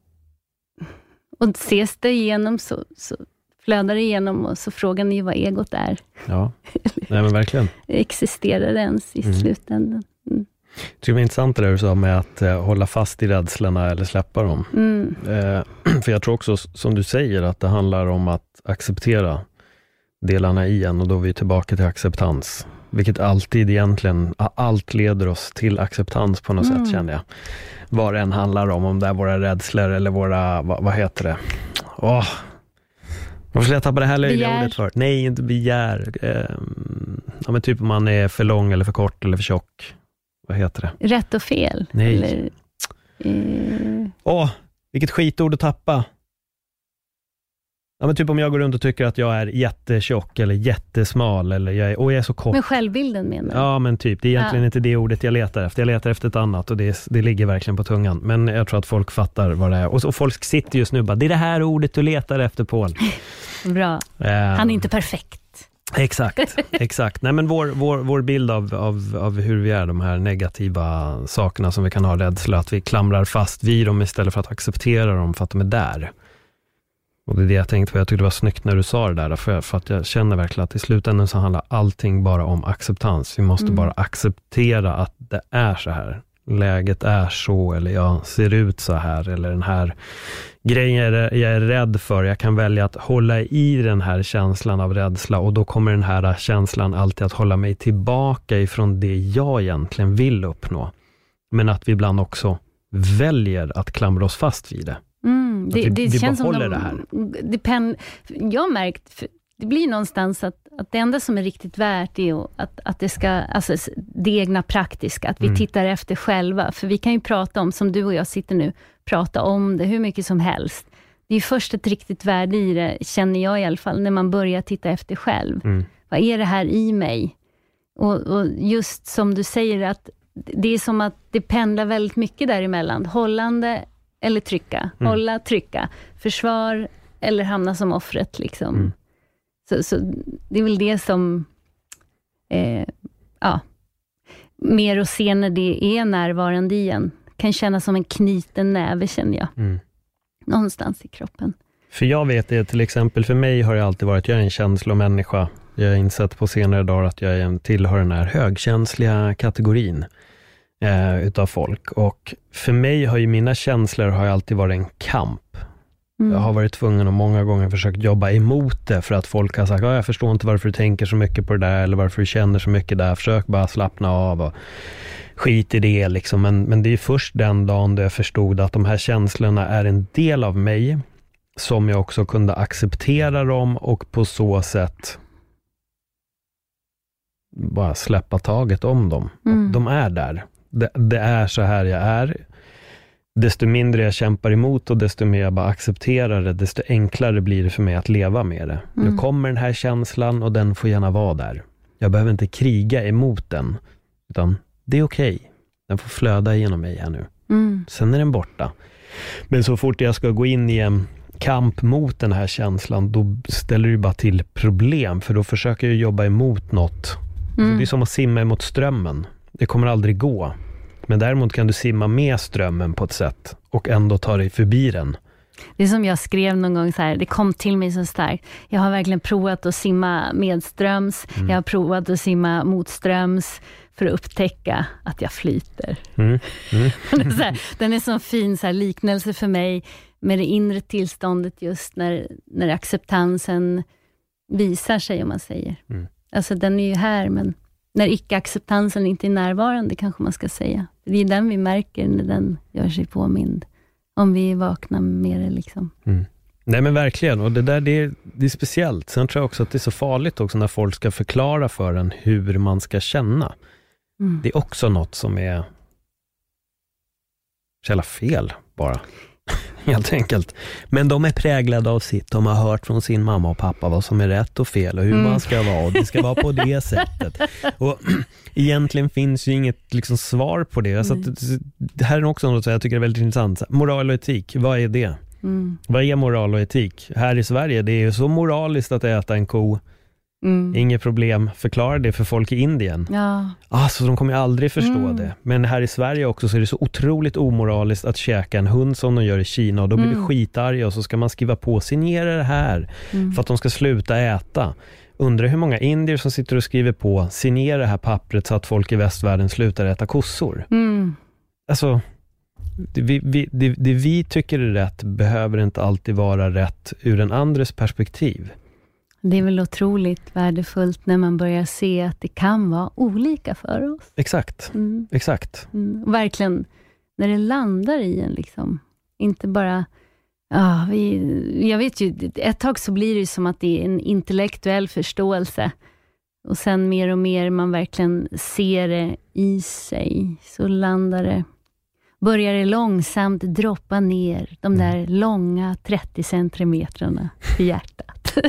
och ses det igenom så, så flödar det igenom och så frågan är ju vad egot är. Ja, nej men verkligen. Existerar det ens i mm. slutändan? Mm. Jag tycker det var intressant det du sa med att eh, hålla fast i rädslorna eller släppa dem. Mm. Eh, för jag tror också, som du säger, att det handlar om att acceptera delarna i en, och då är vi tillbaka till acceptans. Vilket alltid egentligen, allt leder oss till acceptans på något mm. sätt, känner jag. Vad det än handlar om, om det är våra rädslor eller våra, vad, vad heter det? Åh, varför ska jag tappa det här löjliga ordet för? Nej, inte begär. Eh, ja, men typ om man är för lång eller för kort eller för tjock. Vad heter det? Rätt och fel. Nej. Eller, eh... Åh, vilket skitord att tappa. Ja, men typ om jag går runt och tycker att jag är jättetjock eller jättesmal eller jag är, och jag är så kort. Men självbilden menar du? Ja, men typ. Det är egentligen ja. inte det ordet jag letar efter. Jag letar efter ett annat och det, det ligger verkligen på tungan. Men jag tror att folk fattar vad det är. Och, och folk sitter just nu bara, det är det här ordet du letar efter, Paul. Bra. Um, Han är inte perfekt. Exakt, exakt. Nej, men vår, vår, vår bild av, av, av hur vi är, de här negativa sakerna som vi kan ha rädsla, att vi klamrar fast vid dem istället för att acceptera dem för att de är där. Och det är det jag tänkte på. Jag tyckte det var snyggt när du sa det där. För, för att jag känner verkligen att i slutändan så handlar allting bara om acceptans. Vi måste mm. bara acceptera att det är så här. Läget är så, eller jag ser ut så här, eller den här grejen jag är rädd för. Jag kan välja att hålla i den här känslan av rädsla, och då kommer den här känslan alltid att hålla mig tillbaka ifrån det jag egentligen vill uppnå. Men att vi ibland också väljer att klamra oss fast vid det. Mm, det, vi, det vi känns som de, det här. Det pen, jag har märkt, det blir någonstans att, att det enda som är riktigt värt är att, att det ska, alltså det egna praktiska, att vi mm. tittar efter själva. För vi kan ju prata om, som du och jag sitter nu, prata om det hur mycket som helst. Det är ju först ett riktigt värde i det, känner jag i alla fall, när man börjar titta efter själv. Mm. Vad är det här i mig? Och, och just som du säger, att det är som att det pendlar väldigt mycket däremellan. Hållande eller trycka. Mm. Hålla, trycka. Försvar eller hamna som offret liksom. Mm. Så, så det är väl det som eh, ja, mer att se när det är närvarande igen. Kan kännas som en kniten näve, känner jag. Mm. Någonstans i kroppen. För jag vet det, till exempel för mig har det alltid varit, jag är en känslomänniska. Jag har insett på senare dagar att jag är en, tillhör den här högkänsliga kategorin eh, utav folk. Och för mig har ju mina känslor har ju alltid varit en kamp. Mm. Jag har varit tvungen och många gånger försökt jobba emot det, för att folk har sagt, ja, jag förstår inte varför du tänker så mycket på det där, eller varför du känner så mycket där. Försök bara slappna av och skit i det liksom. Men, men det är först den dagen då jag förstod att de här känslorna är en del av mig, som jag också kunde acceptera dem och på så sätt bara släppa taget om dem. Mm. De är där. Det, det är så här jag är. Desto mindre jag kämpar emot och desto mer jag bara accepterar det, desto enklare blir det för mig att leva med det. Mm. Nu kommer den här känslan och den får gärna vara där. Jag behöver inte kriga emot den, utan Det är okej. Okay. Den får flöda genom mig här nu. Mm. Sen är den borta. Men så fort jag ska gå in i en kamp mot den här känslan, då ställer det bara till problem. För då försöker jag jobba emot något. Mm. Det är som att simma emot strömmen. Det kommer aldrig gå. Men däremot kan du simma med strömmen på ett sätt och ändå ta dig förbi den. Det är som jag skrev någon gång så här, det kom till mig så starkt. Jag har verkligen provat att simma medströms. Mm. Jag har provat att simma motströms för att upptäcka att jag flyter. Mm. Mm. är så här, den är så fin så här, liknelse för mig med det inre tillståndet just när, när acceptansen visar sig, om man säger. Mm. Alltså den är ju här, men när icke-acceptansen inte är närvarande, kanske man ska säga. Det är den vi märker när den gör sig påmind. Om vi vaknar med det liksom. Mm. Nej men verkligen, och det där det är, det är speciellt. Sen tror jag också att det är så farligt också när folk ska förklara för en hur man ska känna. Mm. Det är också något som är så jävla fel bara. Helt enkelt. Men de är präglade av sitt. De har hört från sin mamma och pappa vad som är rätt och fel och hur mm. man ska vara. Och det ska vara på det sättet. Och egentligen finns ju inget liksom, svar på det. Så att, det här är också något som jag tycker är väldigt intressant. Moral och etik, vad är det? Mm. Vad är moral och etik? Här i Sverige, det är ju så moraliskt att äta en ko. Mm. Inget problem. Förklara det för folk i Indien. Ja. Alltså, de kommer ju aldrig förstå mm. det. Men här i Sverige också så är det så otroligt omoraliskt att käka en hund som de gör i Kina. Och då blir mm. det skitarga och så ska man skriva på, signera det här mm. för att de ska sluta äta. Undrar hur många indier som sitter och skriver på, signera det här pappret så att folk i västvärlden slutar äta kossor. Mm. Alltså, det vi, vi, det, det vi tycker är rätt behöver inte alltid vara rätt ur en andres perspektiv. Det är väl otroligt värdefullt när man börjar se att det kan vara olika för oss. Exakt, mm. exakt. Mm. Verkligen, när det landar i en liksom. Inte bara, ja, vi, jag vet ju, ett tag så blir det som att det är en intellektuell förståelse. Och sen mer och mer man verkligen ser det i sig, så landar det, börjar det långsamt droppa ner de där mm. långa trettio centimetrarna i hjärtat.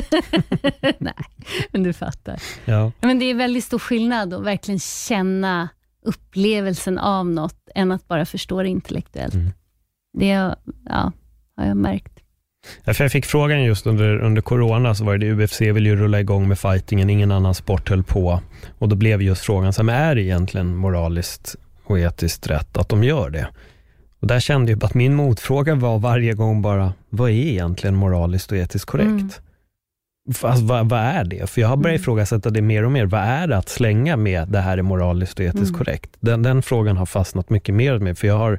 Nej, men du fattar. Ja. Men det är väldigt stor skillnad att verkligen känna upplevelsen av något än att bara förstå det intellektuellt. Mm. Det ja, har jag märkt. Ja, för jag fick frågan just under, under corona, så var det U F C vill ju rulla igång med fightingen, ingen annan sport höll på. Och då blev just frågan, så, men är det egentligen moraliskt och etiskt rätt att de gör det? Och där kände jag att min motfråga var varje gång bara, vad är egentligen moraliskt och etiskt korrekt? Mm. Alltså, vad, vad är det? För jag har börjat mm. ifrågasätta det mer och mer. Vad är det att slänga med det här är moraliskt och etiskt mm. korrekt? Den, den frågan har fastnat mycket mer med. För jag har,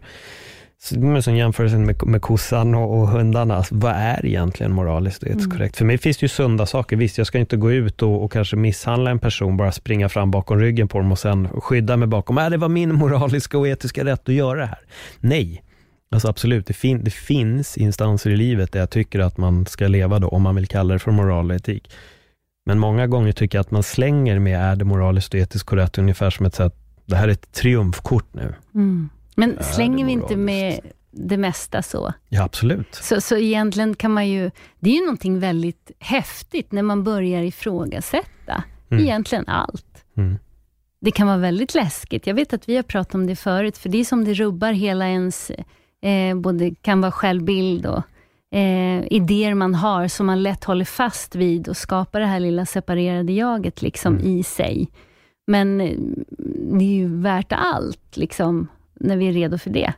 som jämförelsen med, med kossan och, och hundarna, alltså, vad är egentligen moraliskt och etiskt mm. korrekt? För mig finns det ju sunda saker. Visst, jag ska inte gå ut och, och kanske misshandla en person, bara springa fram bakom ryggen på dem och sen skydda mig bakom. Äh, det var min moraliska och etiska rätt att göra det här. Nej. Alltså absolut, det, fin- det finns instanser i livet där jag tycker att man ska leva då, om man vill kalla det för moral och etik. Men många gånger tycker jag att man slänger med är det moraliskt och etiskt korrekt ungefär som ett sätt, det här är ett triumfkort nu. Mm. Men slänger vi inte med det mesta så? Ja, absolut. Så, så egentligen kan man ju, det är ju någonting väldigt häftigt när man börjar ifrågasätta mm. egentligen allt. Mm. Det kan vara väldigt läskigt. Jag vet att vi har pratat om det förut, för det är som det rubbar hela ens Eh, både kan vara självbild och eh, idéer man har som man lätt håller fast vid och skapar det här lilla separerade jaget liksom mm. i sig. Men eh, det är ju värt allt liksom när vi är redo för det.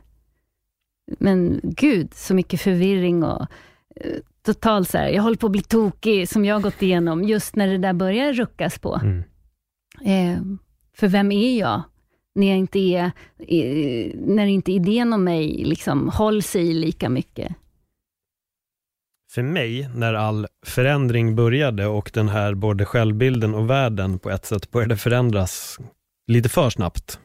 Men gud, så mycket förvirring och eh, totalt så här, jag håller på att bli tokig som jag har gått igenom just när det där börjar ruckas på. Mm. Eh, för vem är jag? När jag inte är, när inte idén om mig liksom hålls i lika mycket. För mig, när all förändring började och den här både självbilden och världen på ett sätt började förändras lite för snabbt,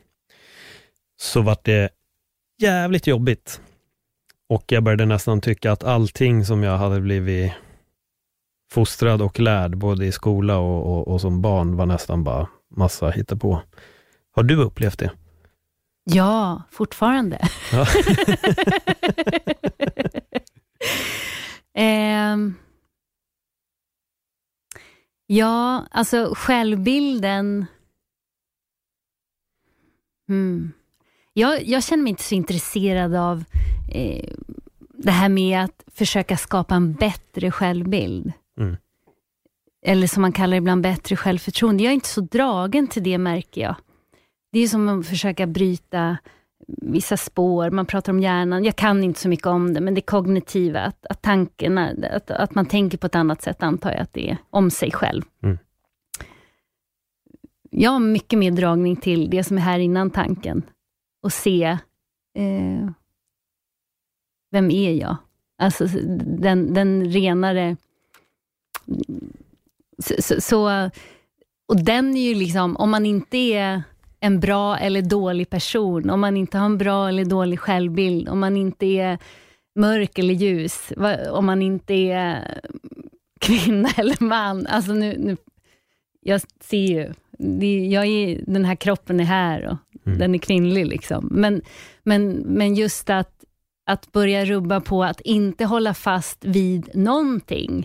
så var det jävligt jobbigt. Och jag började nästan tycka att allting som jag hade blivit fostrad och lärd både i skola och, och, och som barn var nästan bara massa hittepå. Har du upplevt det? Ja, fortfarande. Ja, eh, ja alltså självbilden. Mm. Jag, jag känner mig inte så intresserad av eh, det här med att försöka skapa en bättre självbild. Mm. Eller som man kallar det ibland bättre självförtroende. Jag är inte så dragen till det, märker jag. Det är som att försöka bryta vissa spår. Man pratar om hjärnan. Jag kan inte så mycket om det, men det kognitiva. Att, att, tankarna, att, att man tänker på ett annat sätt, antar jag att det är om sig själv. Mm. Jag har mycket mer dragning till det som är här innan tanken. Och se eh, vem är jag? Alltså den, den renare... Så, så, så, och den är ju liksom, om man inte är en bra eller dålig person, om man inte har en bra eller dålig självbild, om man inte är mörk eller ljus, om man inte är kvinna eller man, alltså nu, nu jag ser ju, det, jag är, den här kroppen är här och mm. den är kvinnlig liksom, men, men, men just att, att börja rubba på att inte hålla fast vid någonting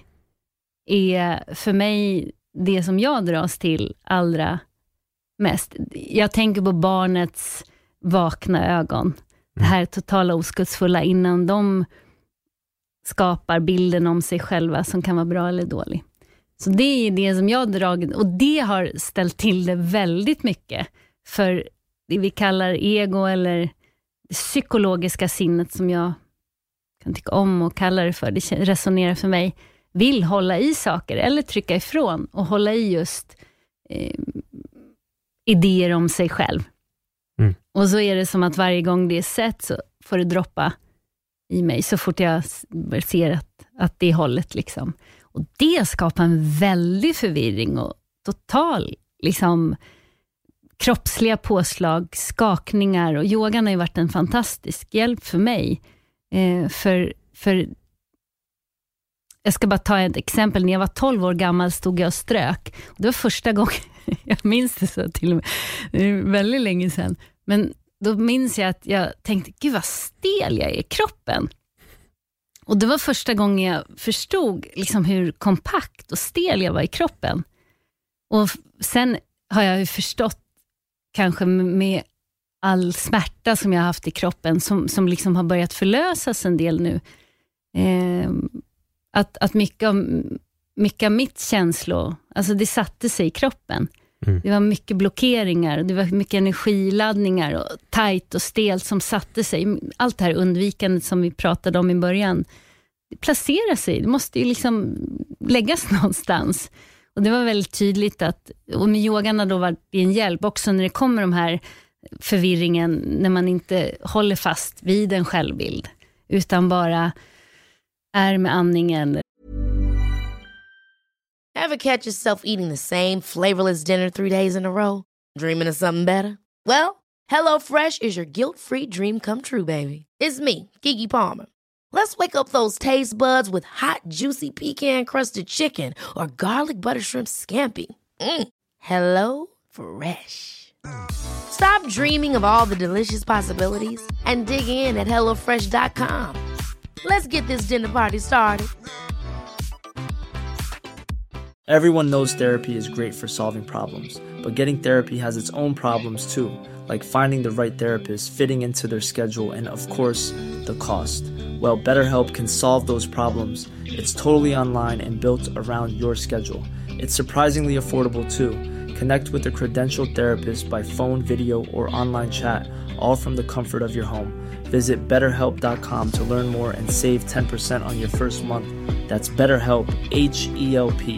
är för mig det som jag dras till allra mest. Jag tänker på barnets vakna ögon. Det här totala oskuldsfulla innan de skapar bilden om sig själva som kan vara bra eller dålig. Så det är det som jag dragit, och det har ställt till det väldigt mycket för det vi kallar ego eller det psykologiska sinnet som jag kan tycka om och kalla det för. Det resonerar för mig. Vill hålla i saker eller trycka ifrån och hålla i just eh, idéer om sig själv. Mm. Och så är det som att varje gång det är sett så får det droppa i mig så fort jag ser att, att det är hållet liksom. Och det skapar en väldig förvirring och total liksom kroppsliga påslag, skakningar, och yogan har ju varit en fantastisk hjälp för mig. Eh, för, för jag ska bara ta ett exempel. När jag var tolv år gammal stod jag och strök. Och det var första gången, jag minns det så till och med, det är väldigt länge sedan. Men då minns jag att jag tänkte, gud vad stel jag är i kroppen. Och det var första gången jag förstod liksom hur kompakt och stel jag var i kroppen. Och sen har jag ju förstått kanske med all smärta som jag har haft i kroppen som, som liksom har börjat förlösas en del nu. Eh, att, att mycket av, mycket av mitt känslo, alltså det satte sig i kroppen. Mm. Det var mycket blockeringar, det var mycket energiladdningar och tajt och stelt som satte sig. Allt det här undvikandet som vi pratade om i början, det placerar sig. Det måste ju liksom läggas någonstans. Och det var väldigt tydligt att, och med yogan har då varit en hjälp också när det kommer de här förvirringen, när man inte håller fast vid en självbild utan bara är med andningen. Ever catch yourself eating the same flavorless dinner three days in a row? Dreaming of something better? Well, HelloFresh is your guilt-free dream come true, baby. It's me, Keke Palmer. Let's wake up those taste buds with hot, juicy pecan-crusted chicken or garlic butter shrimp scampi. Mm. Hello Fresh. Stop dreaming of all the delicious possibilities and dig in at hello fresh dot com. Let's get this dinner party started. Everyone knows therapy is great for solving problems, but getting therapy has its own problems too, like finding the right therapist, fitting into their schedule, and of course, the cost. Well, BetterHelp can solve those problems. It's totally online and built around your schedule. It's surprisingly affordable too. Connect with a credentialed therapist by phone, video, or online chat, all from the comfort of your home. Visit better help dot com to learn more and save ten percent on your first month. That's BetterHelp, H E L P.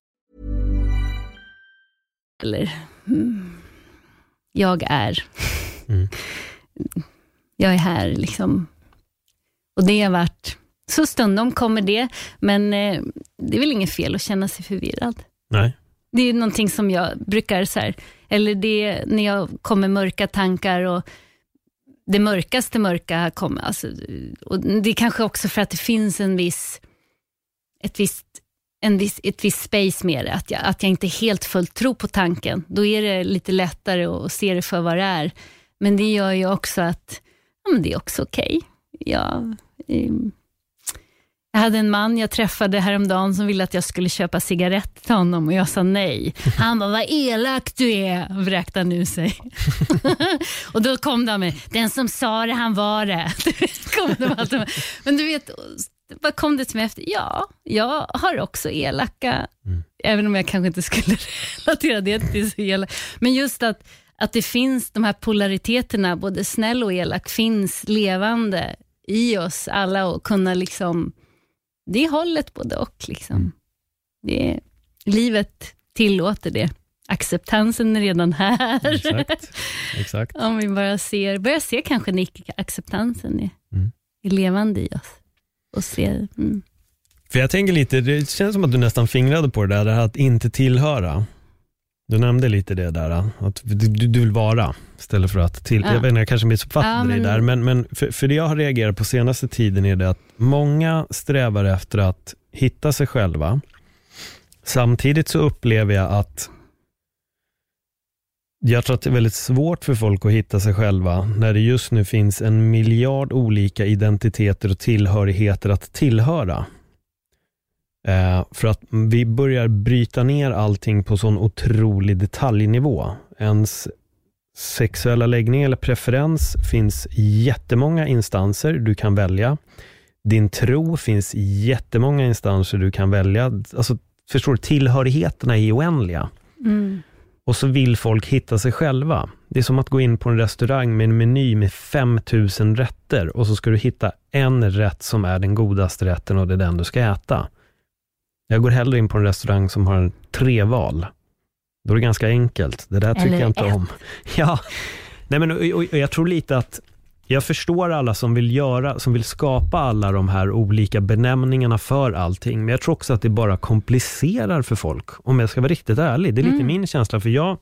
Eller, mm, jag är. Mm. Jag är här liksom. Och det har varit, så stundom kommer det, men eh, det är väl inget fel att känna sig förvirrad. Nej. Det är någonting som jag brukar så här, eller det när jag kommer mörka tankar och det mörkaste mörka kommer, alltså, och det är kanske också för att det finns en viss ett visst en viss, ett visst space med det, att jag, att jag inte helt fullt tror på tanken. Då är det lite lättare att se det för vad det är. Men det gör ju också att ja, men det är också okej. Okay. Ja, eh, Jag hade en man jag träffade häromdagen som ville att jag skulle köpa cigarett till honom och jag sa nej. Han bara, vad elak du är, vräkte han nu sig. Och då kom det med, den som sa det, han var det. kom det med. Men du vet, vad kom det till mig efter? Ja, jag har också elaka, mm. även om jag kanske inte skulle relatera det till så elak. Men just att, att det finns de här polariteterna, både snäll och elak, finns levande i oss alla och kunna liksom, det är hållet både och liksom. Mm. Det är, livet tillåter det. Acceptansen är redan här. Exakt. Exakt. Om vi bara ser, börjar se kanske Nick, acceptansen är, mm. är levande i oss. Och ser, mm. För jag tänker lite, det känns som att du nästan fingrade på det där, det här att inte tillhöra. Du nämnde lite det där, att du, du vill vara istället för att till. Ja. Jag vet inte, jag kanske missuppfattade ja, men... dig där, men, men för, för det jag har reagerat på senaste tiden är det att många strävar efter att hitta sig själva. Samtidigt så upplever jag att jag tror att det är väldigt svårt för folk att hitta sig själva när det just nu finns en miljard olika identiteter och tillhörigheter att tillhöra. Eh, för att vi börjar bryta ner allting på sån otrolig detaljnivå. Ens sexuella läggning eller preferens finns jättemånga instanser du kan välja. Din tro finns jättemånga instanser du kan välja. Alltså, förstår du, tillhörigheterna är oändliga. Mm. Och så vill folk hitta sig själva. Det är som att gå in på en restaurang med en meny med fem tusen rätter och så ska du hitta en rätt som är den godaste rätten och det är den du ska äta. Jag går hellre in på en restaurang som har tre val. Då är det ganska enkelt. Det där tycker Eller jag inte ett. om. Ja. Nej, men och, och, och jag tror lite att jag förstår alla som vill göra, som vill skapa alla de här olika benämningarna för allting. Men jag tror också att det bara komplicerar för folk. Om jag ska vara riktigt ärlig. Det är lite mm. min känsla. För jag,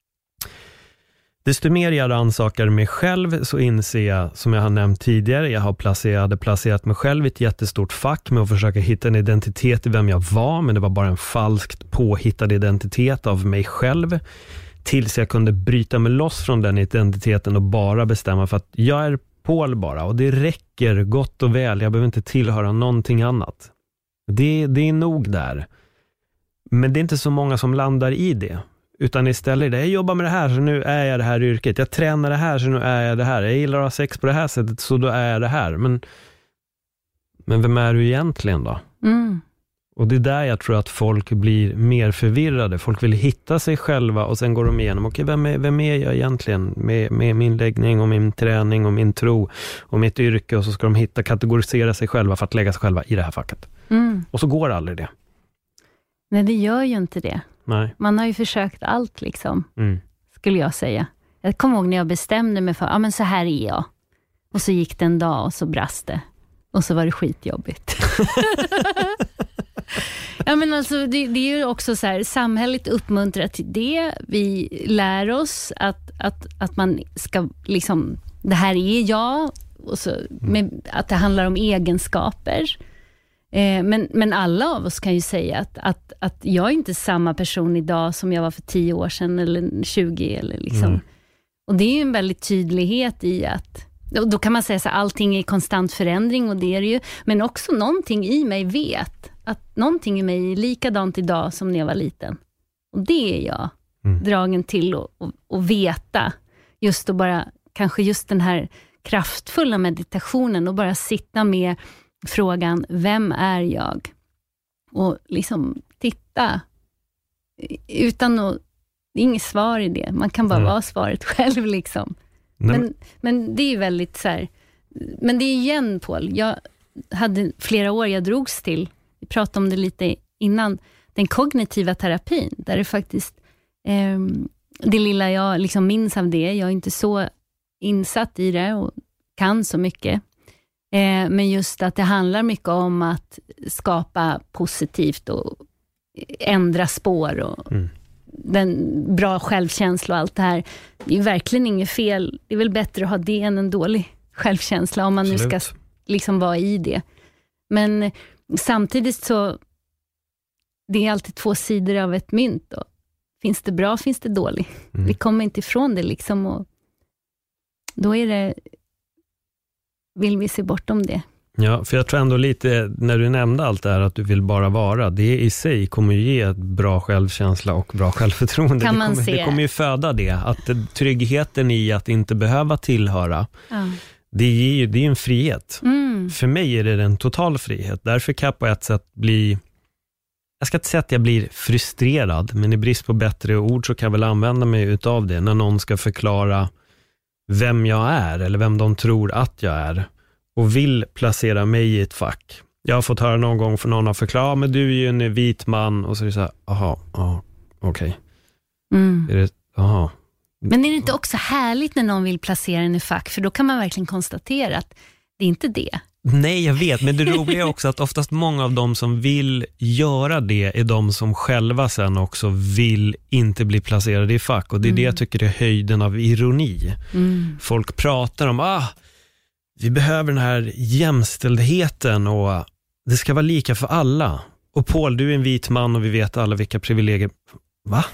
desto mer jag rannsakar mig själv så inser jag, som jag har nämnt tidigare, jag har placerat, placerat mig själv i ett jättestort fack med att försöka hitta en identitet i vem jag var. Men det var bara en falskt påhittad identitet av mig själv. Tills jag kunde bryta mig loss från den identiteten och bara bestämma för att jag är Paul bara. Och det räcker gott och väl. Jag behöver inte tillhöra någonting annat. Det, det är nog där. Men det är inte så många som landar i det. Utan istället är det, jag jobbar med det här så nu är jag det här yrket. Jag tränar det här så nu är jag det här. Jag gillar att ha sex på det här sättet så då är jag det här. Men, men vem är du egentligen då? Mm. Och det är där jag tror att folk blir mer förvirrade. Folk vill hitta sig själva och sen går de igenom. Okej, vem är, vem är jag egentligen? Med, med min läggning och min träning och min tro och mitt yrke. Och så ska de hitta, kategorisera sig själva för att lägga sig själva i det här facket. Mm. Och så går aldrig det. Nej, det gör ju inte det. Nej. Man har ju försökt allt liksom, mm. skulle jag säga. Jag kommer ihåg när jag bestämde mig för, ja men så här är jag. Och så gick det en dag och så brast det. Och så var det skitjobbigt. Ja, men alltså, det, det är ju också så här, samhället uppmuntrar till det. Vi lär oss att, att, att man ska liksom, det här är jag. Och så, med, att det handlar om egenskaper. Eh, men, men alla av oss kan ju säga att, att, att jag är inte samma person idag som jag var för tio år sedan eller tjugo. Eller liksom. Mm. Och det är ju en väldigt tydlighet i att, och då kan man säga att allting är konstant förändring och det är det ju. Men också någonting i mig vet att någonting i mig är likadant idag som när jag var liten. Och det är jag mm. dragen till att och, och veta. Just att bara, kanske just den här kraftfulla meditationen och bara sitta med frågan, vem är jag? Och liksom titta. Utan att, det är inget svar i det. Man kan bara mm. vara svaret själv liksom. Men, men det är väldigt så här, men det är igen, Paul, jag hade flera år jag drogs till, vi pratade om det lite innan, den kognitiva terapin, där det faktiskt eh, det lilla jag liksom minns av det, jag är inte så insatt i det och kan så mycket, eh, men just att det handlar mycket om att skapa positivt och ändra spår och mm. den bra självkänsla och allt det här. Det är verkligen inget fel. Det är väl bättre att ha det än en dålig självkänsla om man Absolut. nu ska liksom vara i det. Men samtidigt så det är alltid två sidor av ett mynt då. Finns det bra, finns det dåligt. Mm. Vi kommer inte ifrån det liksom och då är det, vill vi se bortom det. Ja, för jag tror ändå lite, när du nämnde allt det här att du vill bara vara, det i sig kommer ju ge ett bra självkänsla och bra självförtroende. Kan man det, kommer, se. det kommer ju föda det, att tryggheten i att inte behöva tillhöra, ja. det är ju det är en frihet. Mm. För mig är det en total frihet. Därför kan jag på ett sätt bli, jag ska inte säga att jag blir frustrerad, men i brist på bättre ord så kan jag väl använda mig utav det när någon ska förklara vem jag är eller vem de tror att jag är och vill placera mig i ett fack. Jag har fått höra någon gång för någon har förklarat, men du är ju en vit man, och så är det så här, aha, aha okej. Okay. Mm. Är det, aha. Men är det inte också härligt när någon vill placera en i fack? För då kan man verkligen konstatera att det är inte det. Nej, jag vet. Men det roliga är också att oftast många av dem som vill göra det är de som själva sen också vill inte bli placerade i fack. Och det är mm. det jag tycker är höjden av ironi. Mm. Folk pratar om, ah, vi behöver den här jämställdheten och det ska vara lika för alla. Och Paul, du är en vit man och vi vet alla vilka privilegier. Va?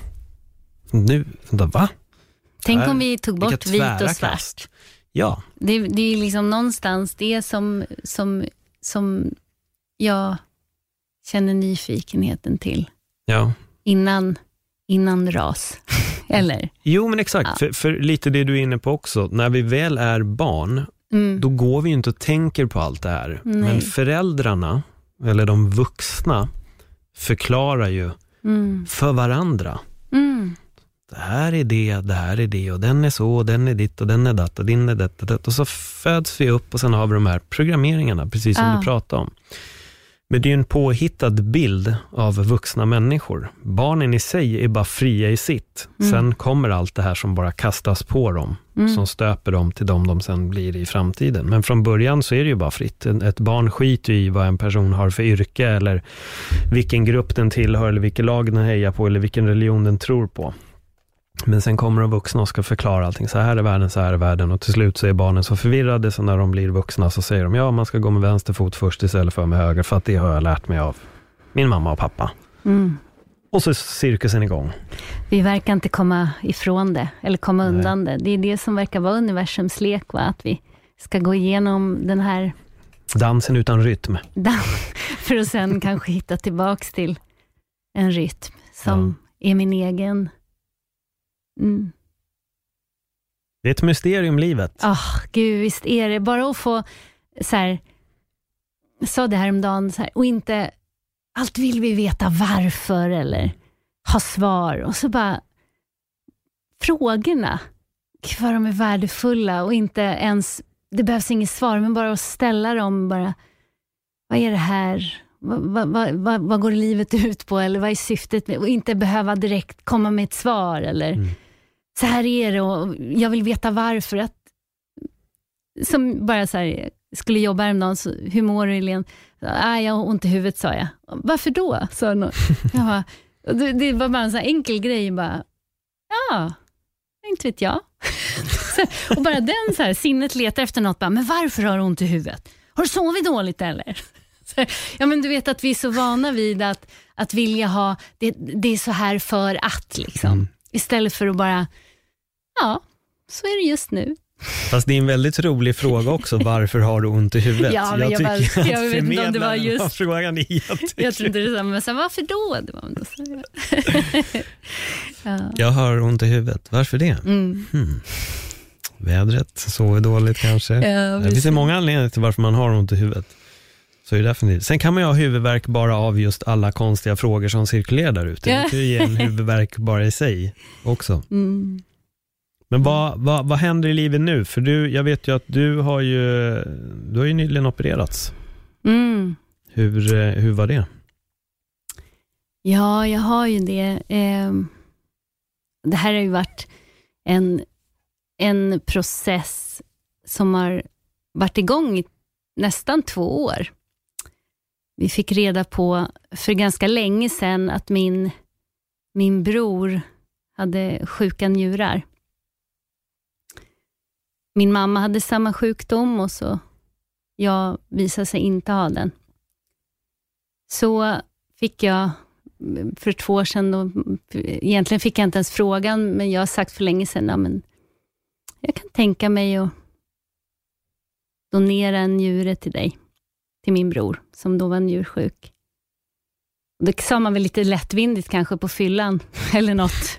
Nu, vänta, va? Tänk om vi tog bort vit och svart. Kast. Ja. Det, det är liksom någonstans det som, som, som jag känner nyfikenheten till. Ja. Innan, innan ras. Eller? Jo, men exakt. Ja. För, för lite det du är inne på också. När vi väl är barn, mm. då går vi ju inte och tänker på allt det här. Nej. Men föräldrarna, eller de vuxna, förklarar ju mm. för varandra. Mm. Det här är det, det här är det och den är så och den är ditt och den är datt och din är det och det. Och så föds vi upp och sen har vi de här programmeringarna, precis som ah. du pratade om. Men det är ju en påhittad bild av vuxna människor. Barnen i sig är bara fria i sitt. Mm. Sen kommer allt det här som bara kastas på dem. Mm. Som stöper dem till dem de sen blir i framtiden. Men från början så är det ju bara fritt. Ett barn skiter i vad en person har för yrke eller vilken grupp den tillhör eller vilken lag den hejar på eller vilken religion den tror på. Men sen kommer de vuxna och ska förklara allting. Så här är världen, så här är världen. Och till slut så är barnen så förvirrade. Så när de blir vuxna så säger de, ja, man ska gå med vänster fot först istället för med höger. För att det har jag lärt mig av min mamma och pappa. Mm. Och så är cirkusen igång. Vi verkar inte komma ifrån det. Eller komma Nej. undan det. Det är det som verkar vara universums lek, va? Att vi ska gå igenom den här dansen utan rytm. För att sen kanske hitta tillbaks till en rytm som ja. är min egen. Mm. Det är ett mysterium, livet. Ja, oh, gud, visst är det. Bara att få så här, jag sa det här om dagen så här, och inte allt vill vi veta varför eller ha svar. Och så bara frågorna, vad de är värdefulla och inte ens, det behövs inget svar, men bara att ställa dem bara, vad är det här? Vad, vad, vad, vad går livet ut på? Eller vad är syftet med? Och inte behöva direkt komma med ett svar. Eller mm. så här är det och jag vill veta varför. Att, som bara så här, skulle jobba häromdagen, så, hur mår du, Helene? Ah, jag har ont i huvudet, sa jag. Varför då? Så no, jag bara, det, det var bara en så här enkel grej. Bara, ja, inte vet jag. så, och bara den så här, sinnet letar efter något. Bara, men varför har du ont i huvudet? Har du sovit dåligt eller? Ja, men du vet att vi är så vana vid att, att vilja ha det, det är så här för att liksom. Mm. Istället för att bara, ja, så är det just nu. Fast det är en väldigt rolig fråga också. Varför har du ont i huvudet? Ja, men jag, jag, bara, jag vet inte om det var just frågan är jag tror inte det är samma, men så, varför då? Det var ändå så. ja. Jag har ont i huvudet. Varför det? Mm. Hmm. Vädret, sover dåligt kanske. Ja, det finns många anledningar till varför man har ont i huvudet. Så är det definitivt. Sen kan man ju ha huvudvärk bara av just alla konstiga frågor som cirkulerar där ute. Det kan ju ge en huvudvärk bara i sig också. Mm. Men vad, vad, vad händer i livet nu? För du, jag vet ju att du har ju, du har ju nyligen opererats. Mm. Hur, hur var det? Ja, jag har ju det. Eh, det här har ju varit en, en process som har varit igång i nästan två år. Vi fick reda på för ganska länge sedan att min, min bror hade sjuka njurar. Min mamma hade samma sjukdom och så jag visade sig inte ha den. Så fick jag för två år sedan, och egentligen fick jag inte ens frågan, men jag har sagt för länge sedan, ja, men jag kan tänka mig att donera en njure till dig. till min bror som då var njursjuk. Det sa man väl lite lättvindigt kanske på fyllan eller något.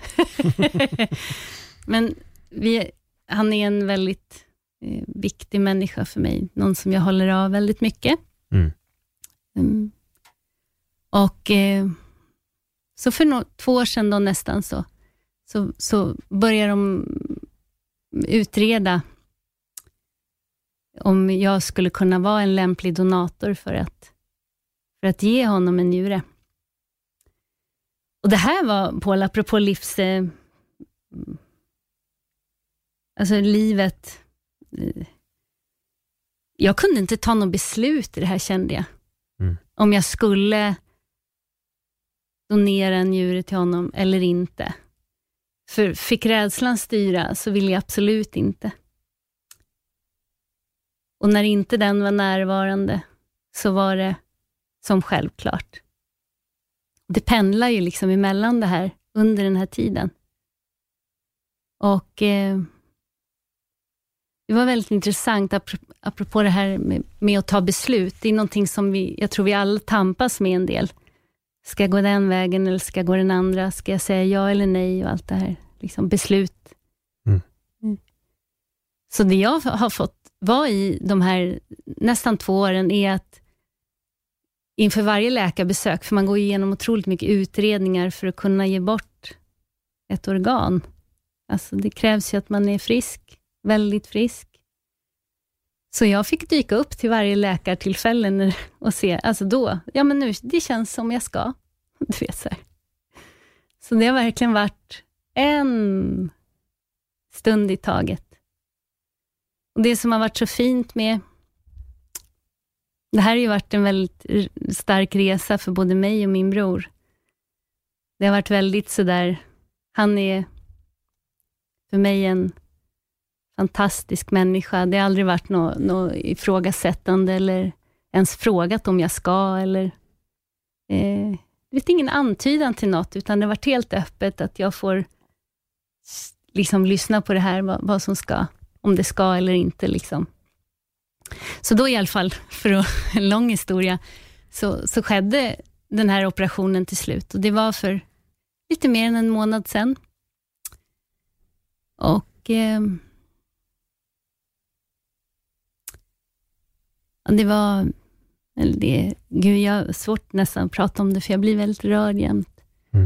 Men vi, han är en väldigt eh, viktig människa för mig. Någon som jag håller av väldigt mycket. Mm. Mm. Och eh, så för no- två år sedan då nästan så, så, så börjar de utreda om jag skulle kunna vara en lämplig donator för att, för att ge honom en njure. Och det här var, Paul, apropå livs... Eh, alltså livet... Eh, jag kunde inte ta något beslut i det här, kände jag. Mm. Om jag skulle donera en njure till honom eller inte. För fick rädslan styra så ville jag absolut inte. Och när inte den var närvarande så var det som självklart. Det pendlar ju liksom emellan det här under den här tiden. Och eh, det var väldigt intressant apropå, apropå det här med, med att ta beslut. Det är någonting som vi, jag tror vi alla tampas med en del. Ska jag gå den vägen eller ska jag gå den andra? Ska jag säga ja eller nej och allt det här. Liksom beslut. Mm. Mm. Så det jag har fått vara i de här nästan två åren är att inför varje läkarbesök, för man går igenom otroligt mycket utredningar för att kunna ge bort ett organ. Alltså det krävs ju att man är frisk, väldigt frisk. Så jag fick dyka upp till varje läkartillfälle och se, alltså då, ja men nu, det känns som jag ska. Du vet så här. Så det har verkligen varit en stund i taget. Och det som har varit så fint med, det här har ju varit en väldigt stark resa för både mig och min bror. Det har varit väldigt sådär, han är för mig en fantastisk människa. Det har aldrig varit något nå ifrågasättande eller ens frågat om jag ska eller eh, det vet ingen antydan till något, utan det har varit helt öppet att jag får liksom lyssna på det här, vad, vad som ska, om det ska eller inte liksom. Så då i alla fall, för att, en lång historia, så, så skedde den här operationen till slut. Och det var för lite mer än en månad sedan. Och eh, det var, eller det, gud jag har svårt nästan att prata om det, för jag blir väldigt rörd jämt. Mm.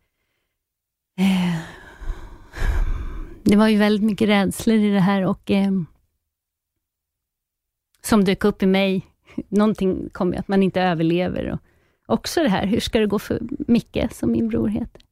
Eh, det var ju väldigt mycket rädslor i det här och eh, som dök upp i mig. Någonting kom ju att man inte överlever. Och också det här, hur ska det gå för Micke, som min bror heter.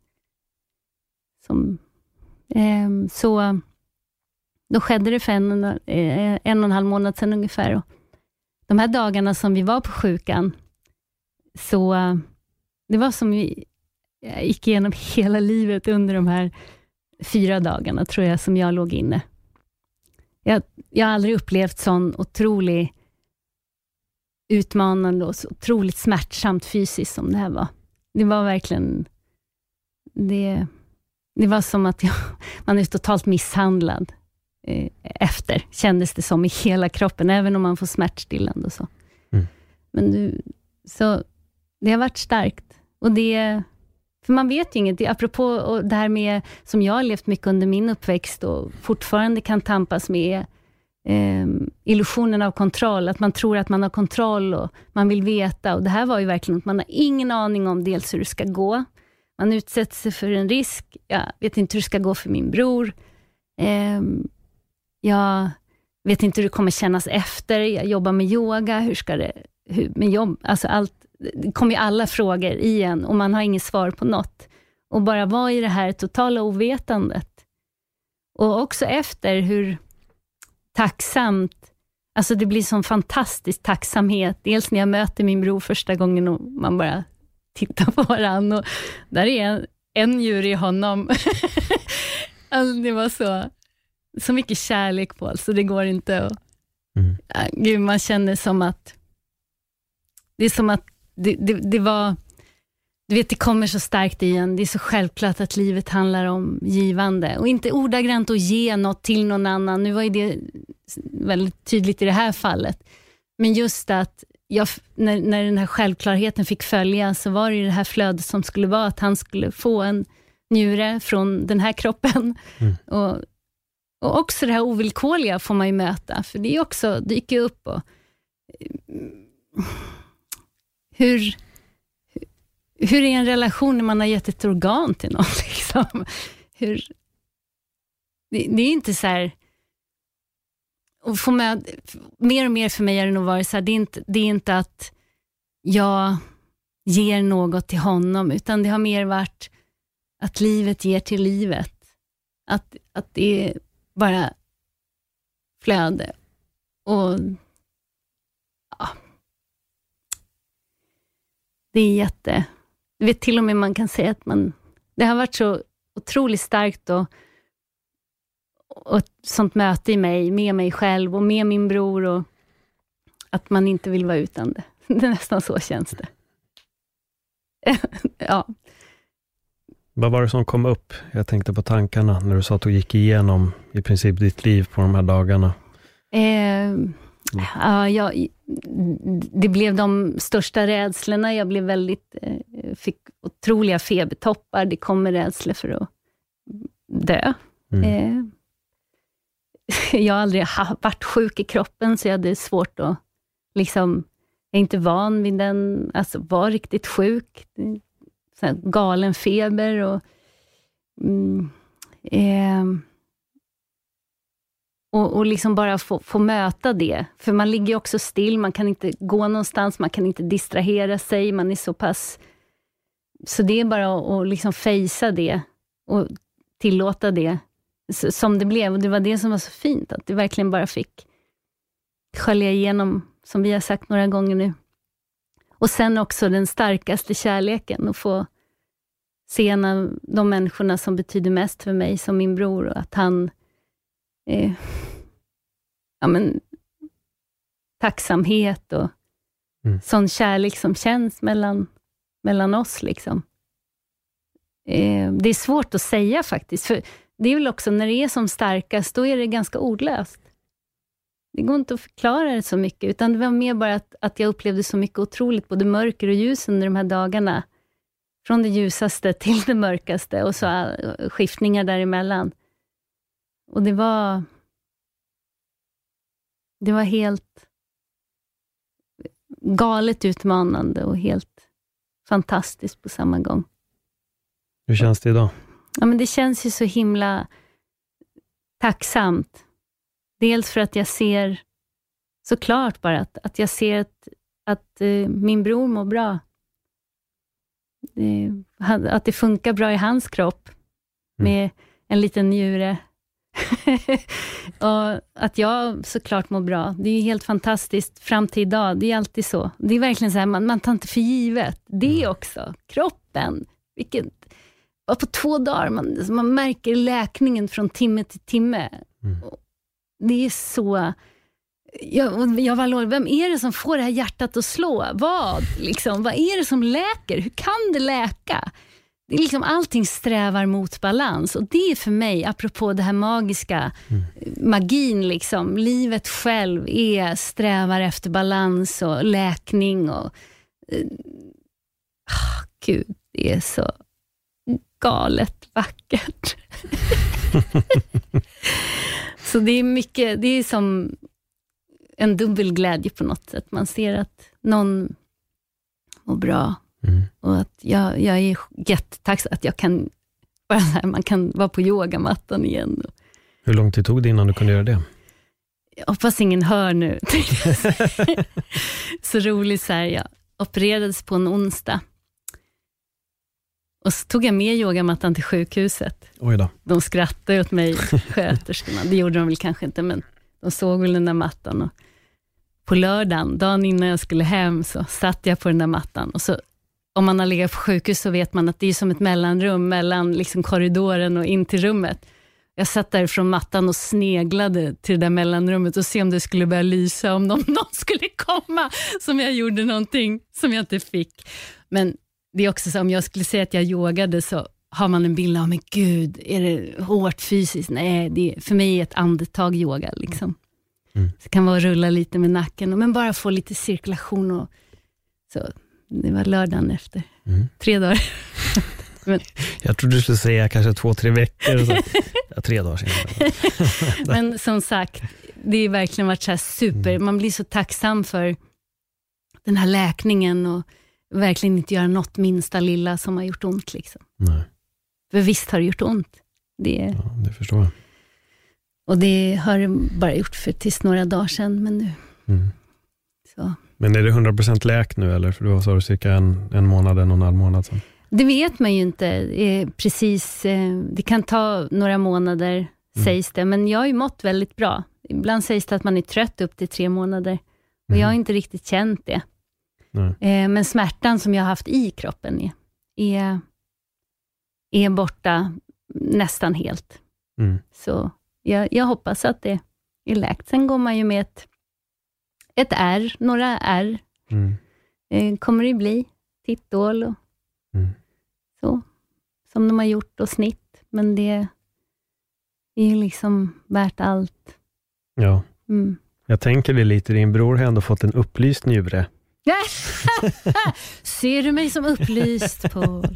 Som, eh, så då skedde det för en, eh, en och en halv månad sedan ungefär. Och de här dagarna som vi var på sjukan, så eh, det var som vi gick igenom hela livet under de här fyra dagarna, tror jag, som jag låg inne. Jag, jag har aldrig upplevt sån otrolig utmanande och så otroligt smärtsamt fysiskt som det här var. Det var verkligen det, det var som att jag, man är totalt misshandlad eh, efter, kändes det som i hela kroppen, även om man får smärtstillande och så. Mm. Men du, så det har varit starkt. Och det, för man vet ju inget, det, apropå och det här med, som jag har levt mycket under min uppväxt och fortfarande kan tampas med, eh, illusionen av kontroll, att man tror att man har kontroll och man vill veta, och det här var ju verkligen att man har ingen aning om dels hur det ska gå, man utsätter sig för en risk, jag vet inte hur det ska gå för min bror, eh, jag vet inte hur det kommer kännas efter, jag jobbar med yoga, hur ska det, hur, med jobb, alltså allt, det kommer ju alla frågor i en och man har inget svar på något. Och bara vara i det här totala ovetandet. Och också efter hur tacksamt, alltså det blir sån fantastisk tacksamhet. Dels när jag möter min bror första gången och man bara tittar på varandra. Och där är en, en djur i honom. Alltså det var så, så mycket kärlek på, så det går inte att... Mm. Gud, man känner som att det är som att Det, det, det var, du vet, det kommer så starkt igen. Det är så självklart att livet handlar om givande. Och inte ordagrant att ge något till någon annan. Nu var ju det väldigt tydligt i det här fallet. Men just att jag, när, när den här självklarheten fick följa, så var det ju det här flödet som skulle vara att han skulle få en njure från den här kroppen. Mm. Och, och också det här ovillkorliga får man ju möta, för det är också, dyker upp och hur hur är en relation när man har gett ett organ till någon liksom? Hur det, det är inte så här, och få med, mer och mer för mig är det nog varit så här, det är inte, det är inte att jag ger något till honom, utan det har mer varit att livet ger till livet. Att, att det är bara flöde. Och ja, det är jätte, du vet, till och med man kan säga att man, det har varit så otroligt starkt och, och ett sånt möte i mig, med mig själv och med min bror, och att man inte vill vara utan det. Det är nästan så känns det. Ja. Vad var det som kom upp? Jag tänkte på tankarna när du sa att du gick igenom i princip ditt liv på de här dagarna. Eh, ja, jag, det blev de största rädslorna. Jag blev väldigt, eh, fick otroliga febertoppar. Det kommer rädslor för att dö. Mm. Eh, jag har aldrig varit sjuk i kroppen, så jag hade svårt att liksom, jag är inte van vid den, alltså var riktigt sjuk. Så här, galen feber och mm, eh, och, och liksom bara få, få möta det. För man ligger också still, man kan inte gå någonstans, man kan inte distrahera sig, man är så pass, så det är bara att, att liksom fejsa det och tillåta det som det blev. Och det var det som var så fint, att det verkligen bara fick skölja igenom, som vi har sagt några gånger nu. Och sen också den starkaste kärleken, att få se en av de människorna som betyder mest för mig, som min bror, och att han eh, ja men tacksamhet och mm. sån kärlek som känns mellan, mellan oss liksom. Eh, det är svårt att säga faktiskt, för det är väl också när det är som starkast, då är det ganska ordlöst. Det går inte att förklara det så mycket, utan det var mer bara att, att jag upplevde så mycket otroligt, både mörker och ljus under de här dagarna. Från det ljusaste till det mörkaste, och så all, skiftningar däremellan. Och det var det var helt galet utmanande och helt fantastiskt på samma gång. Hur känns det idag? Ja, men det känns ju så himla tacksamt. Dels för att jag ser, såklart bara att, att jag ser att, att uh, min bror mår bra. Uh, att det funkar bra i hans kropp med mm. en liten njure. Och att jag såklart mår bra. Det är ju helt fantastiskt fram till idag. Det är alltid så. Det är verkligen så här, man, man tar inte för givet. Det mm. också. Kroppen. Vilket, bara på två dagar. Man, man märker läkningen från timme till timme. Mm. Och det är så... Jag, jag var vem är det som får det här hjärtat att slå? Vad? Liksom, vad är det som läker? Hur kan det läka? Det är liksom, allting strävar mot balans. Och det är för mig, apropå det här magiska, mm. magin liksom. Livet själv är, strävar efter balans och läkning. Och, oh, Gud, det är så galet vackert. Så det är mycket, det är som en dubbel glädje på något sätt. Man ser att någon mår bra. Mm. Och att jag, jag är jättetacksam att jag kan, bara här, man kan vara på yogamattan igen. Hur lång tid tog det innan du kunde göra det? Jag hoppas ingen hör nu. Så roligt så här, jag opererades på en onsdag. Och så tog jag med yogamattan till sjukhuset. Oj då. De skrattade åt mig, sköterskorna. Det gjorde de väl kanske inte, men de såg väl den där mattan. Och på lördagen, dagen innan jag skulle hem, så satt jag på den där mattan. Och så, om man har legat på sjukhus, så vet man att det är som ett mellanrum mellan liksom korridoren och in till rummet. Jag satt där från mattan och sneglade till det där mellanrummet och se om det skulle börja lysa, om någon, någon skulle komma, som jag gjorde någonting som jag inte fick. Men det är också så, om jag skulle säga att jag yogade, så har man en bild av, men gud, är det hårt fysiskt? Nej, det är, för mig är ett andetag yoga liksom. Mm. Så kan vara rulla lite med nacken. Men bara få lite cirkulation. Och, så det var lördagen efter. Mm. Tre dagar. Men, jag trodde du skulle säga kanske två, tre veckor. Och så. Ja, tre dagar sedan. Men som sagt, det har verkligen varit så här super. Mm. Man blir så tacksam för den här läkningen och verkligen inte göra något minsta lilla som har gjort ont. Liksom. Nej. För visst har det gjort ont. Det, ja, det förstår jag. Och det har det bara gjort för tills några dagar sedan. Men nu. Mm. Så. Men är det hundra procent läk nu? Eller? För du sa cirka en, en månad, en och en halv månad sedan. Det vet man ju inte. Eh, precis, eh, det kan ta några månader, mm. sägs det. Men jag har ju mått väldigt bra. Ibland sägs det att man är trött upp till tre månader. Och mm. jag har inte riktigt känt det. Eh, men smärtan som jag har haft i kroppen är, är, är borta nästan helt. Mm. Så jag, jag hoppas att det är läkt. Sen går man ju med ett, ett R, några R. Mm. Eh, kommer det bli tittål och mm. så. Som de har gjort och snitt. Men det är ju liksom värt allt. Ja. Mm. Jag tänker det lite, din bror har ändå fått en upplyst njure. Ser du mig som upplyst, Paul?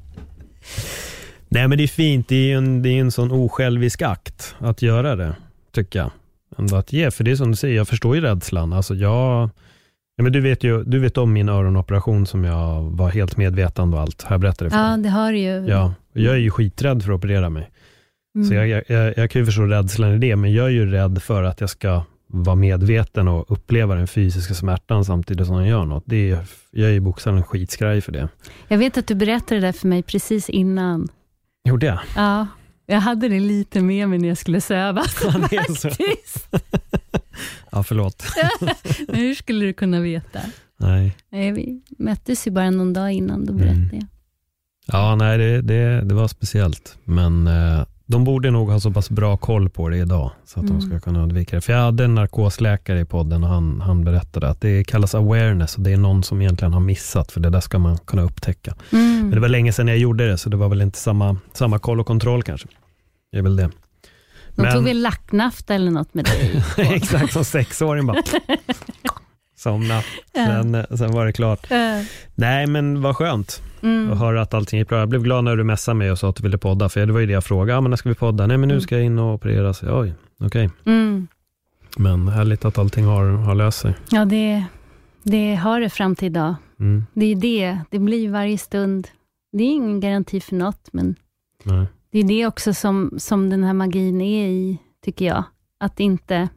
Nej, men det är fint. Det är en, det är en sån osjälvisk akt att göra det, tycker jag. Ändå att ge, för det är som du säger, jag förstår ju rädslan. Alltså jag... Ja, men du vet ju, du vet om min öronoperation som jag var helt medvetande och allt. Här berättade för. Ja, det har du ju. Ja, jag är ju skiträdd för att operera mig. Mm. Så jag, jag, jag, jag kan ju förstå rädslan i det, men jag är ju rädd för att jag ska vara medveten och uppleva den fysiska smärtan samtidigt som jag gör något. Det är, jag är ju bokstavligen skitskraj för det. Jag vet att du berättade det för mig precis innan. Gjorde jag? Ja, jag hade det lite med mig när jag skulle söva. Ja, det är så. Ja, förlåt. Men hur skulle du kunna veta? Nej. Nej, vi möttes ju bara någon dag innan, då berättade mm. jag. Ja, nej, det, det, det var speciellt. Men eh, de borde nog ha så pass bra koll på det idag så att mm. de ska kunna undvika det. För jag hade en narkosläkare i podden och han, han berättade att det kallas awareness och det är någon som egentligen har missat, för det där ska man kunna upptäcka. Mm. Men det var länge sedan jag gjorde det, så det var väl inte samma, samma koll och kontroll kanske. Det är väl det. De Men... tog väl lacknafta eller något med dig? Exakt, som sexåring bara. Somna. Ja. Sen, sen var det klart. Ja. Nej, men vad skönt mm. att höra att allting är bra. Jag blev glad när du messade mig och sa att du ville podda. För det var ju det jag frågade. Ja, men när ska vi podda? Nej, men nu ska jag in och opereras. Oj, okej. Okay. Mm. Men härligt att allting har, har löst sig. Ja, det, det har det fram till idag. Mm. Det är det. Det blir varje stund. Det är ingen garanti för något, men... Nej. Det är det också som, som den här magin är i, tycker jag. Att inte...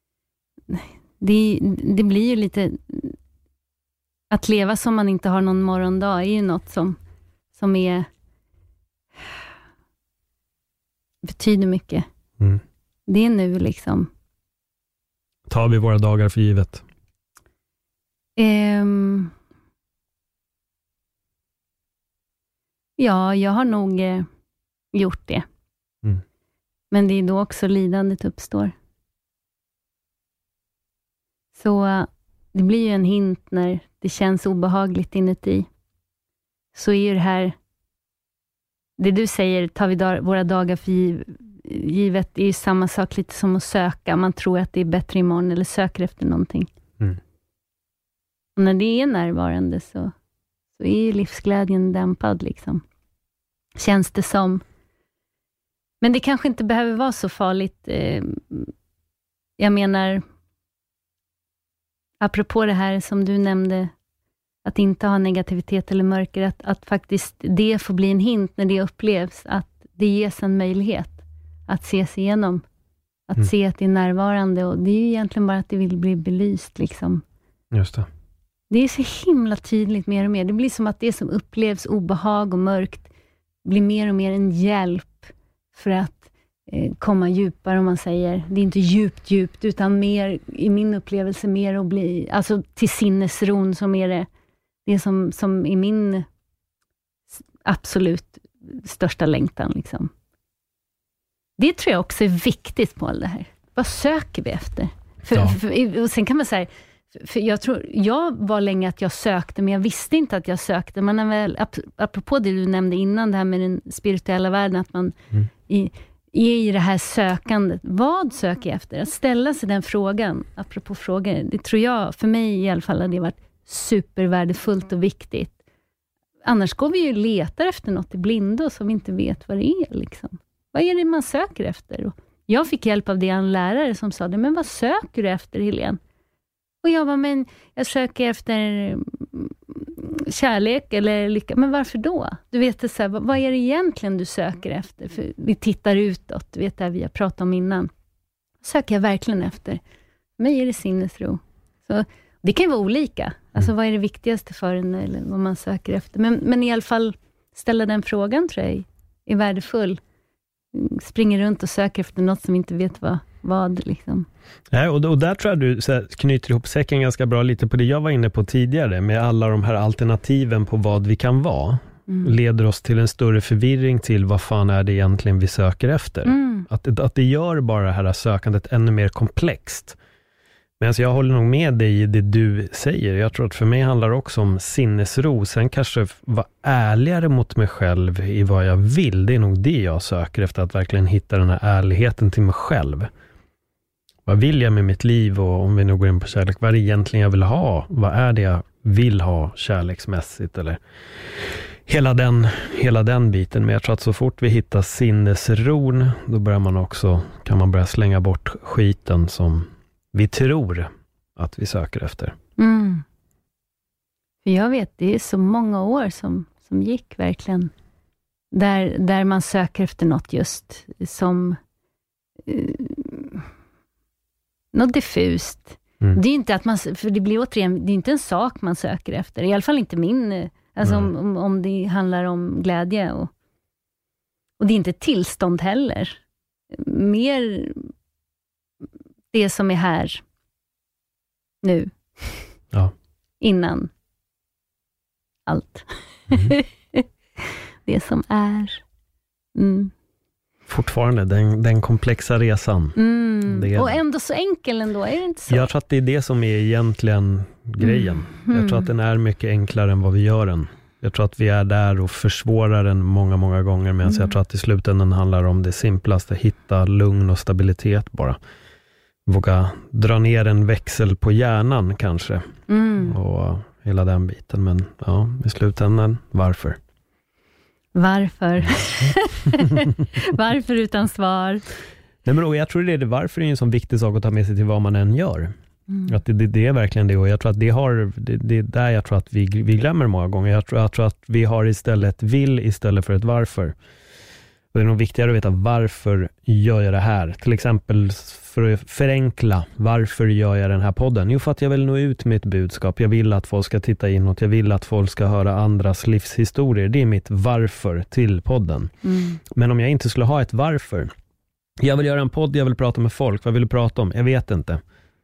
Det, det blir ju lite... Att leva som man inte har någon morgondag är ju något som, som är... betyder mycket. Mm. Det är nu liksom... Tar vi våra dagar för givet? Um, ja, jag har nog... Eh, gjort det. Mm. Men det är då också lidandet uppstår. Så det blir ju en hint när det känns obehagligt inuti. Så är det här, det du säger, tar vi dag, våra dagar för giv, givet, det är ju samma sak lite som att söka. Man tror att det är bättre imorgon eller söker efter någonting. Mm. Och när det är närvarande så, så är ju livsglädjen dämpad liksom. Känns det som. Men det kanske inte behöver vara så farligt. Jag menar, apropå det här som du nämnde, att inte ha negativitet eller mörker, att, att faktiskt det får bli en hint när det upplevs, att det ges en möjlighet att se sig igenom, att mm. se att det är närvarande, och det är ju egentligen bara att det vill bli belyst liksom. Just det. Det är så himla tydligt mer och mer. Det blir som att det som upplevs obehag och mörkt blir mer och mer en hjälp för att eh, komma djupare, om man säger. Det är inte djupt djupt, utan mer, i min upplevelse, mer att bli, alltså till sinnesron, som är det, det som, som är min absolut största längtan liksom. Det tror jag också är viktigt på all det här. Vad söker vi efter? För, ja. för, och sen kan man säga, för jag tror, jag var länge att jag sökte, men jag visste inte att jag sökte. Man är väl, apropå det du nämnde innan, det här med den spirituella världen, att man mm. i, i det här sökandet. Vad söker jag efter? Att ställa sig den frågan, apropå frågor, det tror jag, för mig i alla fall, har det varit supervärdefullt och viktigt. Annars går vi ju och letar efter något i blindo som vi inte vet vad det är. Liksom. Vad är det man söker efter? Och jag fick hjälp av det en lärare som sa det, men vad söker du efter, Helene? Och jag bara, men jag söker efter kärlek eller lycka. Men varför då? Du vet det så här, vad är det egentligen du söker efter? För vi tittar utåt, du vet det vi har pratat om innan. Söker jag verkligen efter? För mig är det sinnesro. Så det kan ju vara olika. Alltså vad är det viktigaste för en eller vad man söker efter? Men, men i alla fall ställa den frågan tror jag är värdefull. Springer runt och söker efter något som inte vet vad, vad liksom. Nej, och, och där tror jag du så här, knyter ihop säcken ganska bra lite på det jag var inne på tidigare med alla de här alternativen på vad vi kan vara. Mm. Leder oss till en större förvirring till vad fan är det egentligen vi söker efter. Mm. Att, att det gör bara det här sökandet ännu mer komplext. Men alltså jag håller nog med dig i det du säger. Jag tror att för mig handlar det också om sinnesro. Sen kanske vara ärligare mot mig själv i vad jag vill. Det är nog det jag söker efter. Att verkligen hitta den här ärligheten till mig själv. Vad vill jag med mitt liv? Och om vi nu går in på kärlek. Vad är det egentligen jag vill ha? Vad är det jag vill ha kärleksmässigt? Eller hela den, hela den biten. Men jag tror att så fort vi hittar sinnesron. Då börjar man också, kan man börja slänga bort skiten som vi tror att vi söker efter. Mm. För jag vet, det är så många år som, som gick verkligen. Där, där man söker efter något just som uh, något diffust. Mm. Det är inte att man, för det blir återigen, det är inte en sak man söker efter. I alla fall inte min, alltså mm. om, om, om det handlar om glädje. Och, och det är inte ett tillstånd heller. Mer det som är här nu. Ja. Innan allt. Mm. Det som är. Mm. Fortfarande den, den komplexa resan. Mm. Det, och ändå så enkel ändå, är det inte så? Jag tror att det är det som är egentligen grejen. Mm. Jag tror att den är mycket enklare än vad vi gör den. Jag tror att vi är där och försvårar den många, många gånger. Men mm. jag tror att i slutändan handlar om det simplaste. Hitta lugn och stabilitet bara. Våga dra ner en växel på hjärnan kanske. Mm. Och hela den biten. Men ja, i slutändan, varför? Varför? Varför utan svar? Nej, men jag tror det är det. Varför är en sån viktig sak att ta med sig till vad man än gör. Mm. Att det, det, det är verkligen det. Och jag tror att det har, det, det är där jag tror att vi, vi glömmer många gånger. Jag tror, jag tror att vi har istället vill istället för ett varför. Och det är nog viktigare att veta varför gör jag det här. Till exempel för att förenkla. Varför gör jag den här podden? Jo, för att jag vill nå ut med ett budskap. Jag vill att folk ska titta inåt. Jag vill att folk ska höra andras livshistorier. Det är mitt varför till podden. Mm. Men om jag inte skulle ha ett varför. Jag vill göra en podd, jag vill prata med folk. Vad vill du prata om? Jag vet inte.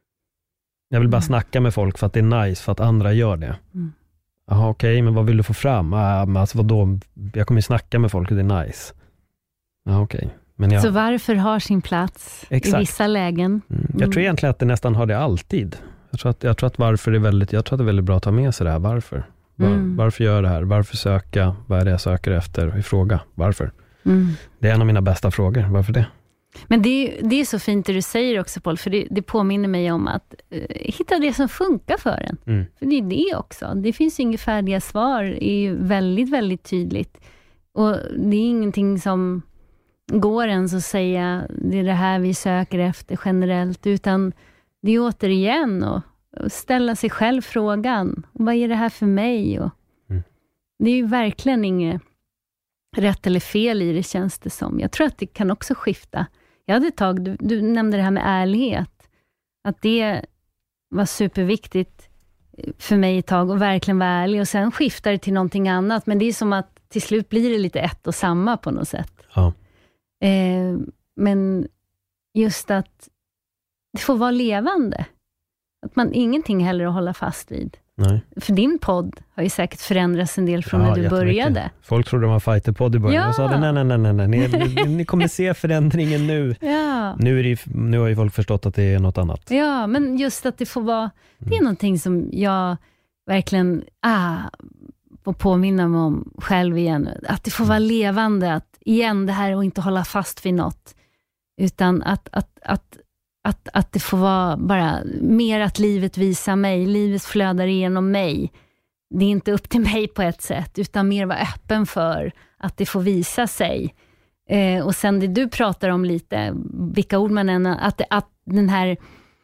Jag vill bara mm. snacka med folk för att det är nice, för att andra gör det. Mm. Jaha, okej, okay, men vad vill du få fram? Ah, men alltså vadå? Jag kommer ju snacka med folk och det är nice. Ja, okej. Okay. Men jag... Så varför har sin plats Exakt. I vissa lägen? Mm. Jag tror egentligen att det nästan har det alltid. Jag tror att, jag tror att varför är väldigt, jag tror att det är väldigt bra att ta med sig det här. Varför? Var, mm. Varför gör jag det här? Varför söka? Vad är det jag söker efter? I fråga. Varför? Mm. Det är en av mina bästa frågor. Varför det? Men det är, det är så fint det du säger också, Paul, för det, det påminner mig om att uh, hitta det som funkar för en. Mm. För det är det också. Det finns inga färdiga svar, det är ju väldigt, väldigt tydligt. Och det är ingenting som går ens att säga det är det här vi söker efter generellt, utan det är återigen och, och ställa sig själv frågan, vad är det här för mig? Och mm. det är ju verkligen inget rätt eller fel i det, känns det som. Jag tror att det kan också skifta. Jag hade tag, du, du nämnde det här med ärlighet. Att det var superviktigt för mig ett tag att verkligen vara ärlig. Och sen skiftar det till någonting annat. Men det är som att till slut blir det lite ett och samma på något sätt. Ja. Eh, men just att det får vara levande. Att man ingenting heller att hålla fast vid. Nej. För din podd har ju säkert förändrats en del från ja, när du började. Folk trodde de var fighterpodd i början. Ja. Och sa nej, nej, nej, nej, nej. Ni, ni, ni kommer se förändringen nu. Ja. Nu, är det, nu har ju folk förstått att det är något annat. Ja, men just att det får vara, det är mm. någonting som jag verkligen ah, får påminna mig om själv igen. Att det får vara levande, att igen det här att inte hålla fast vid något. Utan att, att, att, att, att det får vara bara mer att livet visar mig. Livet flödar igenom mig. Det är inte upp till mig på ett sätt. Utan mer vara öppen för att det får visa sig. Eh, och sen det du pratar om lite, vilka ord man än, att, att den här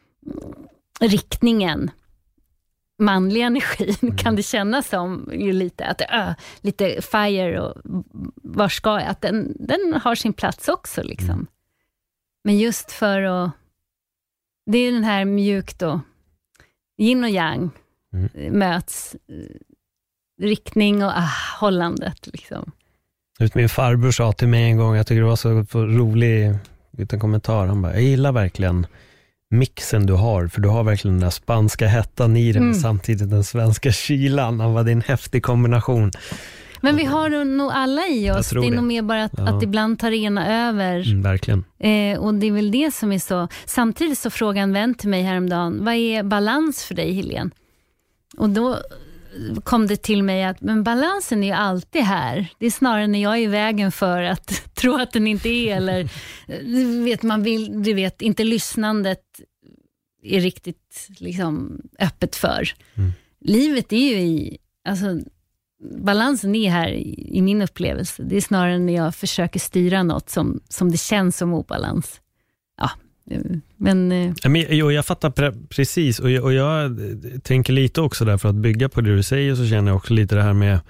riktningen, manlig energi, mm. kan det kännas som ju lite, att äh, lite fire och var ska jag, att den, den har sin plats också liksom. Mm. Men just för att, det är den här mjukt då, yin och yang mm. möts, riktning och ah, hållandet liksom. Min farbror sa till mig en gång, jag tycker det var så rolig liten kommentar, han bara, jag gillar verkligen mixen du har, för du har verkligen den där spanska hettan i den, mm. samtidigt den svenska kylan. Han var det en häftig kombination. Men vi har nog alla i oss. Det är det. Nog mer bara att, ja. att ibland tar ena över. Mm, verkligen. Eh, och det är väl det som är så. Samtidigt så frågade en vän till mig häromdagen, vad är balans för dig, Helene? Och då kom det till mig att men balansen är ju alltid här. Det är snarare när jag är i vägen för att tro att den inte är, eller du vet, man vill, du vet, inte lyssnandet är riktigt liksom öppet för. Mm. Livet är ju i, alltså balansen är här i, i min upplevelse. Det är snarare när jag försöker styra något som, som det känns som obalans. Ja, men... men jo, jag fattar pre- precis. Och jag, och jag tänker lite också där, för att bygga på det du säger, så känner jag också lite det här med...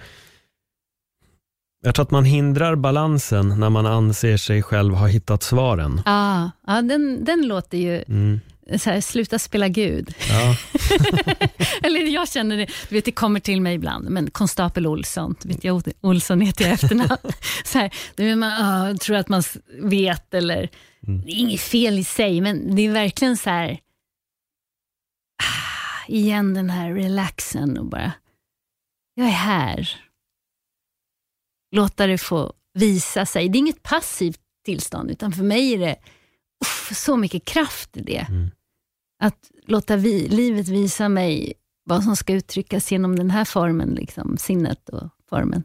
Jag tror att man hindrar balansen när man anser sig själv ha hittat svaren. Ah, ja, den, den låter ju... Mm. Så här, sluta spela Gud. Ja. Eller jag känner det, du vet, det kommer till mig ibland, men konstapel Olsson, vet jag, Olsson heter jag efternamn. Så här, då vill man, oh, tror att man vet, eller mm. det är inget fel i sig, men det är verkligen så här ah, igen den här relaxen och bara, jag är här. Låta det få visa sig. Det är inget passivt tillstånd, utan för mig är det uff, så mycket kraft i det. Mm. Att låta vi, livet visa mig vad som ska uttryckas genom den här formen, liksom, sinnet och formen.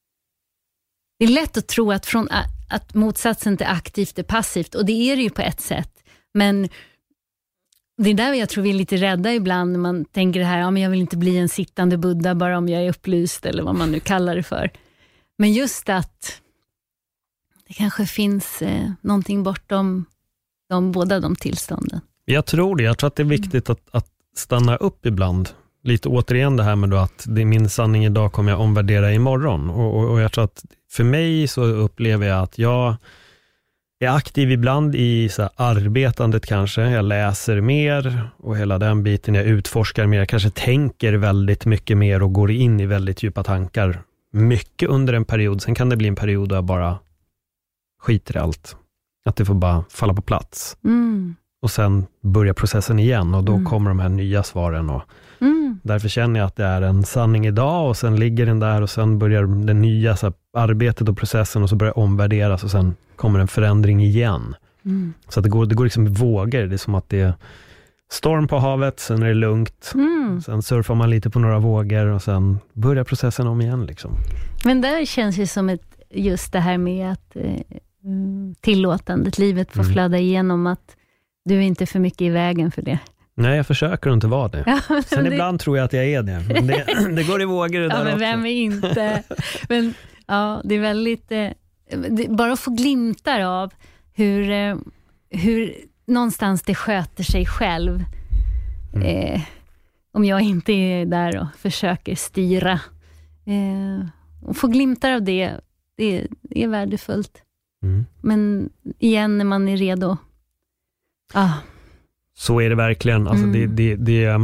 Det är lätt att tro att, från, att motsatsen till aktivt är passivt, och det är det ju på ett sätt. Men det är där jag tror vi är lite rädda ibland när man tänker det här, ja, men jag vill inte bli en sittande buddha bara om jag är upplyst, eller vad man nu kallar det för. Men just att det kanske finns eh, någonting bortom de, båda de tillstånden. Jag tror det. Jag tror att det är viktigt att, att stanna upp ibland. Lite återigen det här med då att det är min sanning idag kommer jag omvärdera imorgon. Och, och, och jag tror att för mig så upplever jag att jag är aktiv ibland i så här arbetandet kanske. Jag läser mer och hela den biten. Jag utforskar mer. Jag kanske tänker väldigt mycket mer och går in i väldigt djupa tankar. Mycket under en period. Sen kan det bli en period där jag bara skiter i allt. Att det får bara falla på plats. Mm. Och sen börjar processen igen, och då mm. kommer de här nya svaren. Och mm. därför känner jag att det är en sanning idag, och sen ligger den där, och sen börjar den nya så här, arbetet och processen, och så börjar omvärderas, och sen kommer en förändring igen. Mm. Så att det går, det går liksom i vågor. Det är som att det är storm på havet, sen är det lugnt. Mm. Sen surfar man lite på några vågor, och sen börjar processen om igen. Liksom. Men där känns det som ett, just det här med att eh, tillåtandet, livet får mm. flöda igenom, att du är inte för mycket i vägen för det. Nej, jag försöker inte vara det. Ja, sen det... ibland tror jag att jag är det. Men det, det går i vågor det ja, där men också. Vem är inte? Men ja, det är väldigt... Eh, det, bara att få glimtar av hur, eh, hur någonstans det sköter sig själv. Mm. Eh, om jag inte är där och försöker styra. Eh, och få glimtar av det, det, det är värdefullt. Mm. Men igen, när man är redo. Ah. Så är det verkligen. Alltså mm. det, det, det,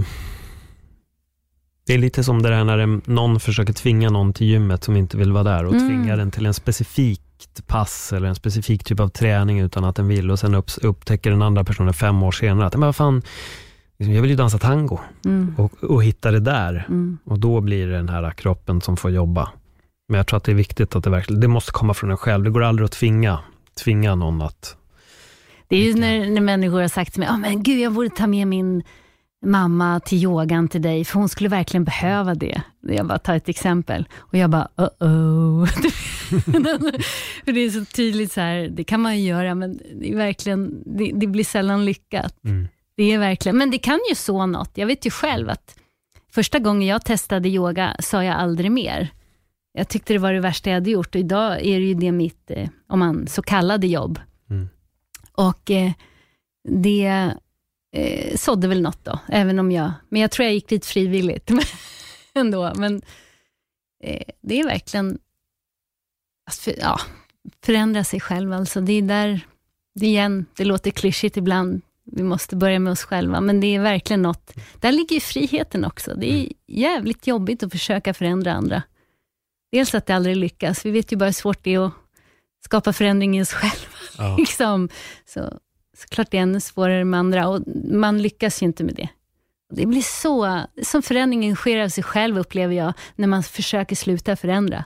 det är lite som det där när någon försöker tvinga någon till gymmet som inte vill vara där, och mm. tvinga den till en specifikt pass eller en specifik typ av träning utan att den vill, och sen upp, upptäcker den andra personen fem år senare att men vad fan, jag vill ju dansa tango mm. och, och hitta det där mm. och då blir det den här kroppen som får jobba. Men jag tror att det är viktigt att det verkligen, det måste komma från en själv. Det går aldrig att tvinga tvinga någon att... Det är ju när, när människor har sagt till mig, oh, men gud, jag borde ta med min mamma till yogan till dig, för hon skulle verkligen behöva det. Jag bara tar ett exempel. Och jag bara, uh-oh. För det är så tydligt så här, det kan man ju göra, men det är verkligen, det, det blir sällan lyckat. Mm. Det är verkligen, men det kan ju så något. Jag vet ju själv att första gången jag testade yoga sa jag aldrig mer. Jag tyckte det var det värsta jag hade gjort. Och idag är det ju det mitt, eh, om man så kallade jobb. Mm. Och eh, det eh, sådde väl något då. Även om jag, men jag tror jag gick dit frivilligt ändå. Men eh, det är verkligen för, ja, förändra sig själv. Alltså det är där, det igen, det låter klyschigt ibland. Vi måste börja med oss själva. Men det är verkligen något, där ligger ju friheten också. Det är jävligt jobbigt att försöka förändra andra. Dels att det aldrig lyckas. Vi vet ju bara hur svårt det är att skapa förändring i oss själva. Ja. liksom. Så såklart det är ännu svårare med andra. Och man lyckas ju inte med det. Det blir så, som förändringen sker av sig själv, upplever jag, när man försöker sluta förändra.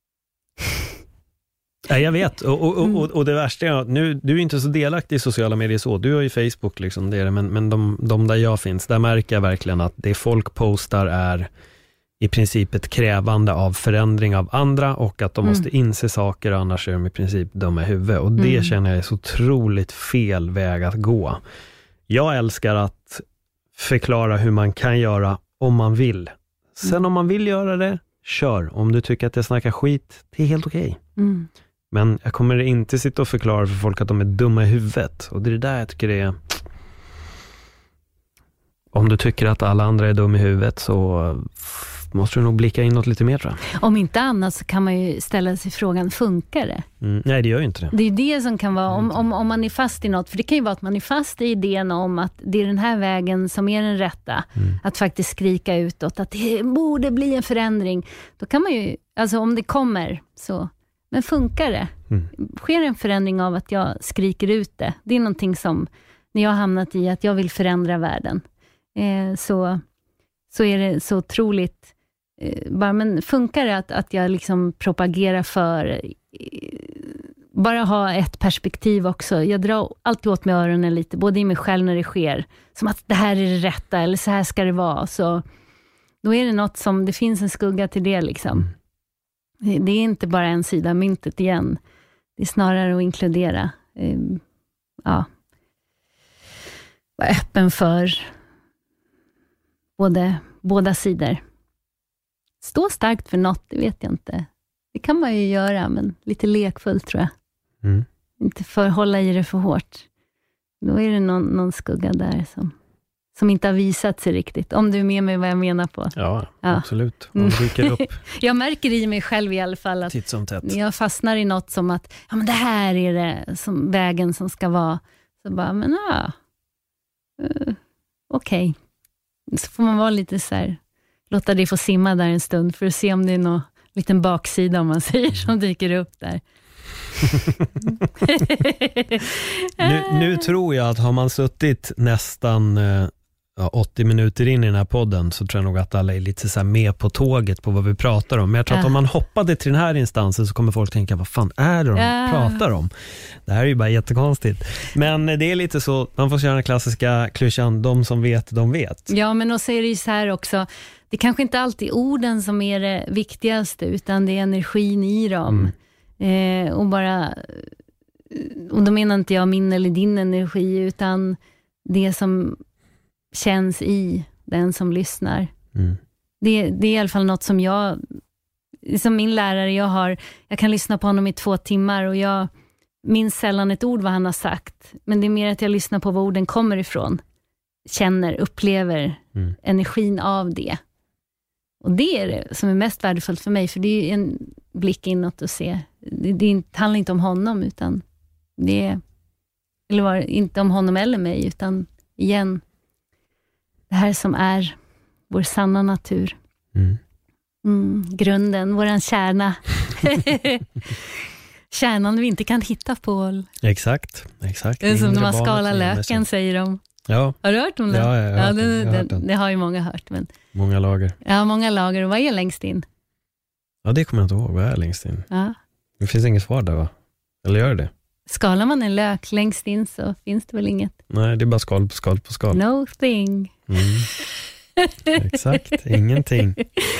Ja, jag vet. Och, och, och, och det värsta är, nu, du är inte så delaktig i sociala medier så. Du har ju Facebook, liksom, det är det, men, men de, de där jag finns, där märker jag verkligen att det folk postar är i princip ett krävande av förändring av andra, och att de mm. måste inse saker, annars är de i princip dumma i huvudet. Och det mm. känner jag är så otroligt fel väg att gå. Jag älskar att förklara hur man kan göra om man vill. Sen mm. om man vill göra det, kör. Om du tycker att jag snackar skit, det är helt okej. Okay. Mm. Men jag kommer inte sitta och förklara för folk att de är dumma i huvudet. Och det är det där jag tycker det är... Om du tycker att alla andra är dumma i huvudet, så måste du nog blicka inåt lite mer, tror jag. Om inte annat så kan man ju ställa sig frågan, funkar det? Mm, nej, det gör ju inte det. Det är det som kan vara, om, om, om man är fast i något, för det kan ju vara att man är fast i idén om att det är den här vägen som är den rätta, mm. att faktiskt skrika utåt, att det borde bli en förändring. Då kan man ju, alltså om det kommer, så, men funkar det? Mm. Sker en förändring av att jag skriker ut det? Det är någonting som, när jag har hamnat i att jag vill förändra världen, eh, så, så är det så otroligt. Bara, men funkar det att, att jag liksom propagerar för bara ha ett perspektiv också. Jag drar alltid åt med öronen lite, både i mig själv när det sker, som att det här är det rätta eller så här ska det vara. Så då är det något som, det finns en skugga till det liksom. Det är inte bara en sida av myntet igen. Det är snarare att inkludera. Ja. Vara öppen för både, båda sidor. Stå starkt för något, det vet jag inte. Det kan man ju göra, men lite lekfullt tror jag. Mm. Inte för hålla i det för hårt. Då är det någon, någon skugga där som, som inte har visat sig riktigt. Om du är med mig vad jag menar på. Ja, ja. Absolut. Man dyker upp. Jag märker i mig själv i alla fall att titt som tätt. Jag fastnar i något som att ja, men det här är det som vägen som ska vara. Så bara, men ja. Uh, Okej. Okay. Så får man vara lite så här, låta det få simma där en stund för att se om det är någon liten baksida, om man säger, som dyker upp där. nu, nu tror jag att har man suttit nästan ja, åttio minuter in i den här podden, så tror jag nog att alla är lite så här med på tåget på vad vi pratar om. Men jag tror att om man hoppade till den här instansen så kommer folk tänka, vad fan är det de ja. pratar om? Det här är ju bara jättekonstigt. Men det är lite så, man får köra den klassiska klyschan, de som vet, de vet. Ja, men och så är det ju så här också, det kanske inte alltid orden som är det viktigaste, utan det är energin i dem. Mm. Eh, och bara, och då menar inte jag min eller din energi, utan det som känns i den som lyssnar. Mm. Det, det är i alla fall något som jag, som min lärare, jag har, jag kan lyssna på honom i två timmar och jag minns sällan ett ord vad han har sagt, men det är mer att jag lyssnar på var orden kommer ifrån, känner, upplever mm. energin av det. Och det är det som är mest värdefullt för mig, för det är en blick inåt och se. Det, det handlar inte om honom, utan det är, eller var, inte om honom eller mig, utan igen, det här som är vår sanna natur. Mm. Mm, grunden, våran kärna. Kärnan vi inte kan hitta på. Exakt, exakt. Det är som när man skalar löken, säger de. Ja. Har du hört om det? Ja, jag har ja, hört det, den. Jag har hört det, den. det har ju många hört. Men... Många lager. Ja, många lager. Och vad är längst in? Ja, det kommer jag inte ihåg. Vad är längst in? Ja. Det finns inget svar där, va? Eller gör det? Skalar man en lök längst in så finns det väl inget. Nej, det är bara skal på skal på skal. No thing. Mm. Exakt, ingenting.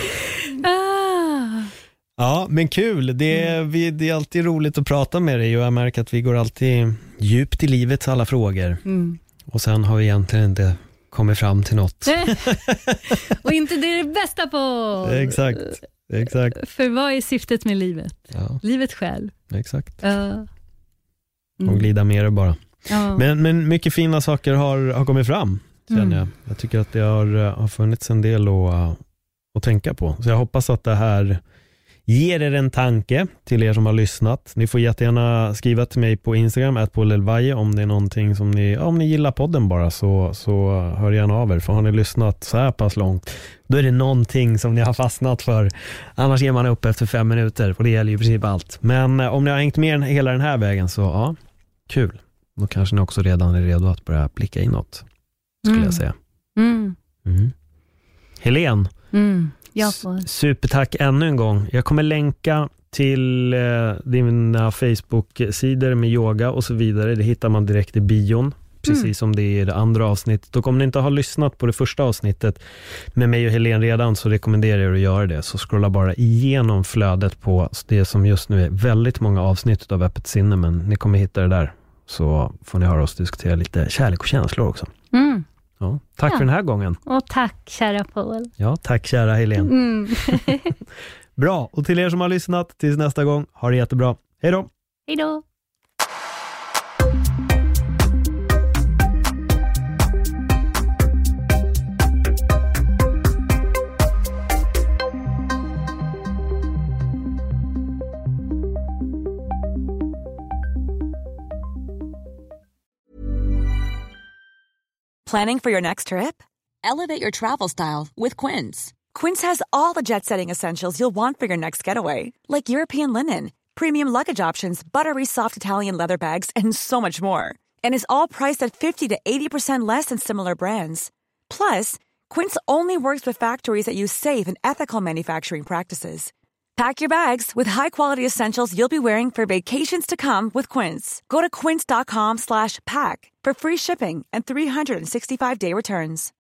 Ah. Ja, men kul. Det är, vi, det är alltid roligt att prata med dig och jag märker att vi går alltid djupt i livets alla frågor. Mm. Och sen har vi egentligen inte kommit fram till något. Och inte det är det bästa på. Exakt, exakt. För vad är syftet med livet? Ja. Livet själv. Exakt. Uh. Mm. Och glida med det bara. Ja. Men, men mycket fina saker har, har kommit fram, känner Mm. jag. Jag tycker att det har, har funnits en del att, att tänka på. Så jag hoppas att det här ger er en tanke till er som har lyssnat. Ni får jättegärna skriva till mig på Instagram at Paul Elvaje om det är någonting som ni, om ni gillar podden bara, så, så hör gärna av er. För har ni lyssnat så här pass långt, då är det någonting som ni har fastnat för. Annars ger man upp efter fem minuter och det gäller ju i princip allt. Men eh, om ni har hängt med hela den här vägen så ja, kul. Då kanske ni också redan är redo att börja blicka inåt, skulle Mm. jag säga. Mm. Mm. Helene, Mm. Jag får. supertack ännu en gång. Jag kommer länka till eh, dina Facebook-sidor med yoga och så vidare. Det hittar man direkt i bion. Precis mm. som det är i det andra avsnittet. Och om ni inte har lyssnat på det första avsnittet med mig och Helene redan, så rekommenderar jag att göra det. Så scrolla bara igenom flödet på det som just nu är väldigt många avsnitt av Öppet sinne. Men ni kommer hitta det där. Så får ni höra oss diskutera lite kärlek och känslor också. Mm. Ja, tack ja. för den här gången. Och tack, kära Paul. Ja, tack kära Helene. Mm. Bra, och till er som har lyssnat, tills nästa gång, ha det jättebra. Hej då! Hej då! Planning for your next trip? Elevate your travel style with Quince. Quince has all the jet-setting essentials you'll want for your next getaway, like European linen, premium luggage options, buttery soft Italian leather bags, and so much more. And is all priced at fifty to eighty percent less than similar brands. Plus, Quince only works with factories that use safe and ethical manufacturing practices. Pack your bags with high-quality essentials you'll be wearing for vacations to come with Quince. Go to quince dot com slash pack for free shipping and three sixty-five day returns.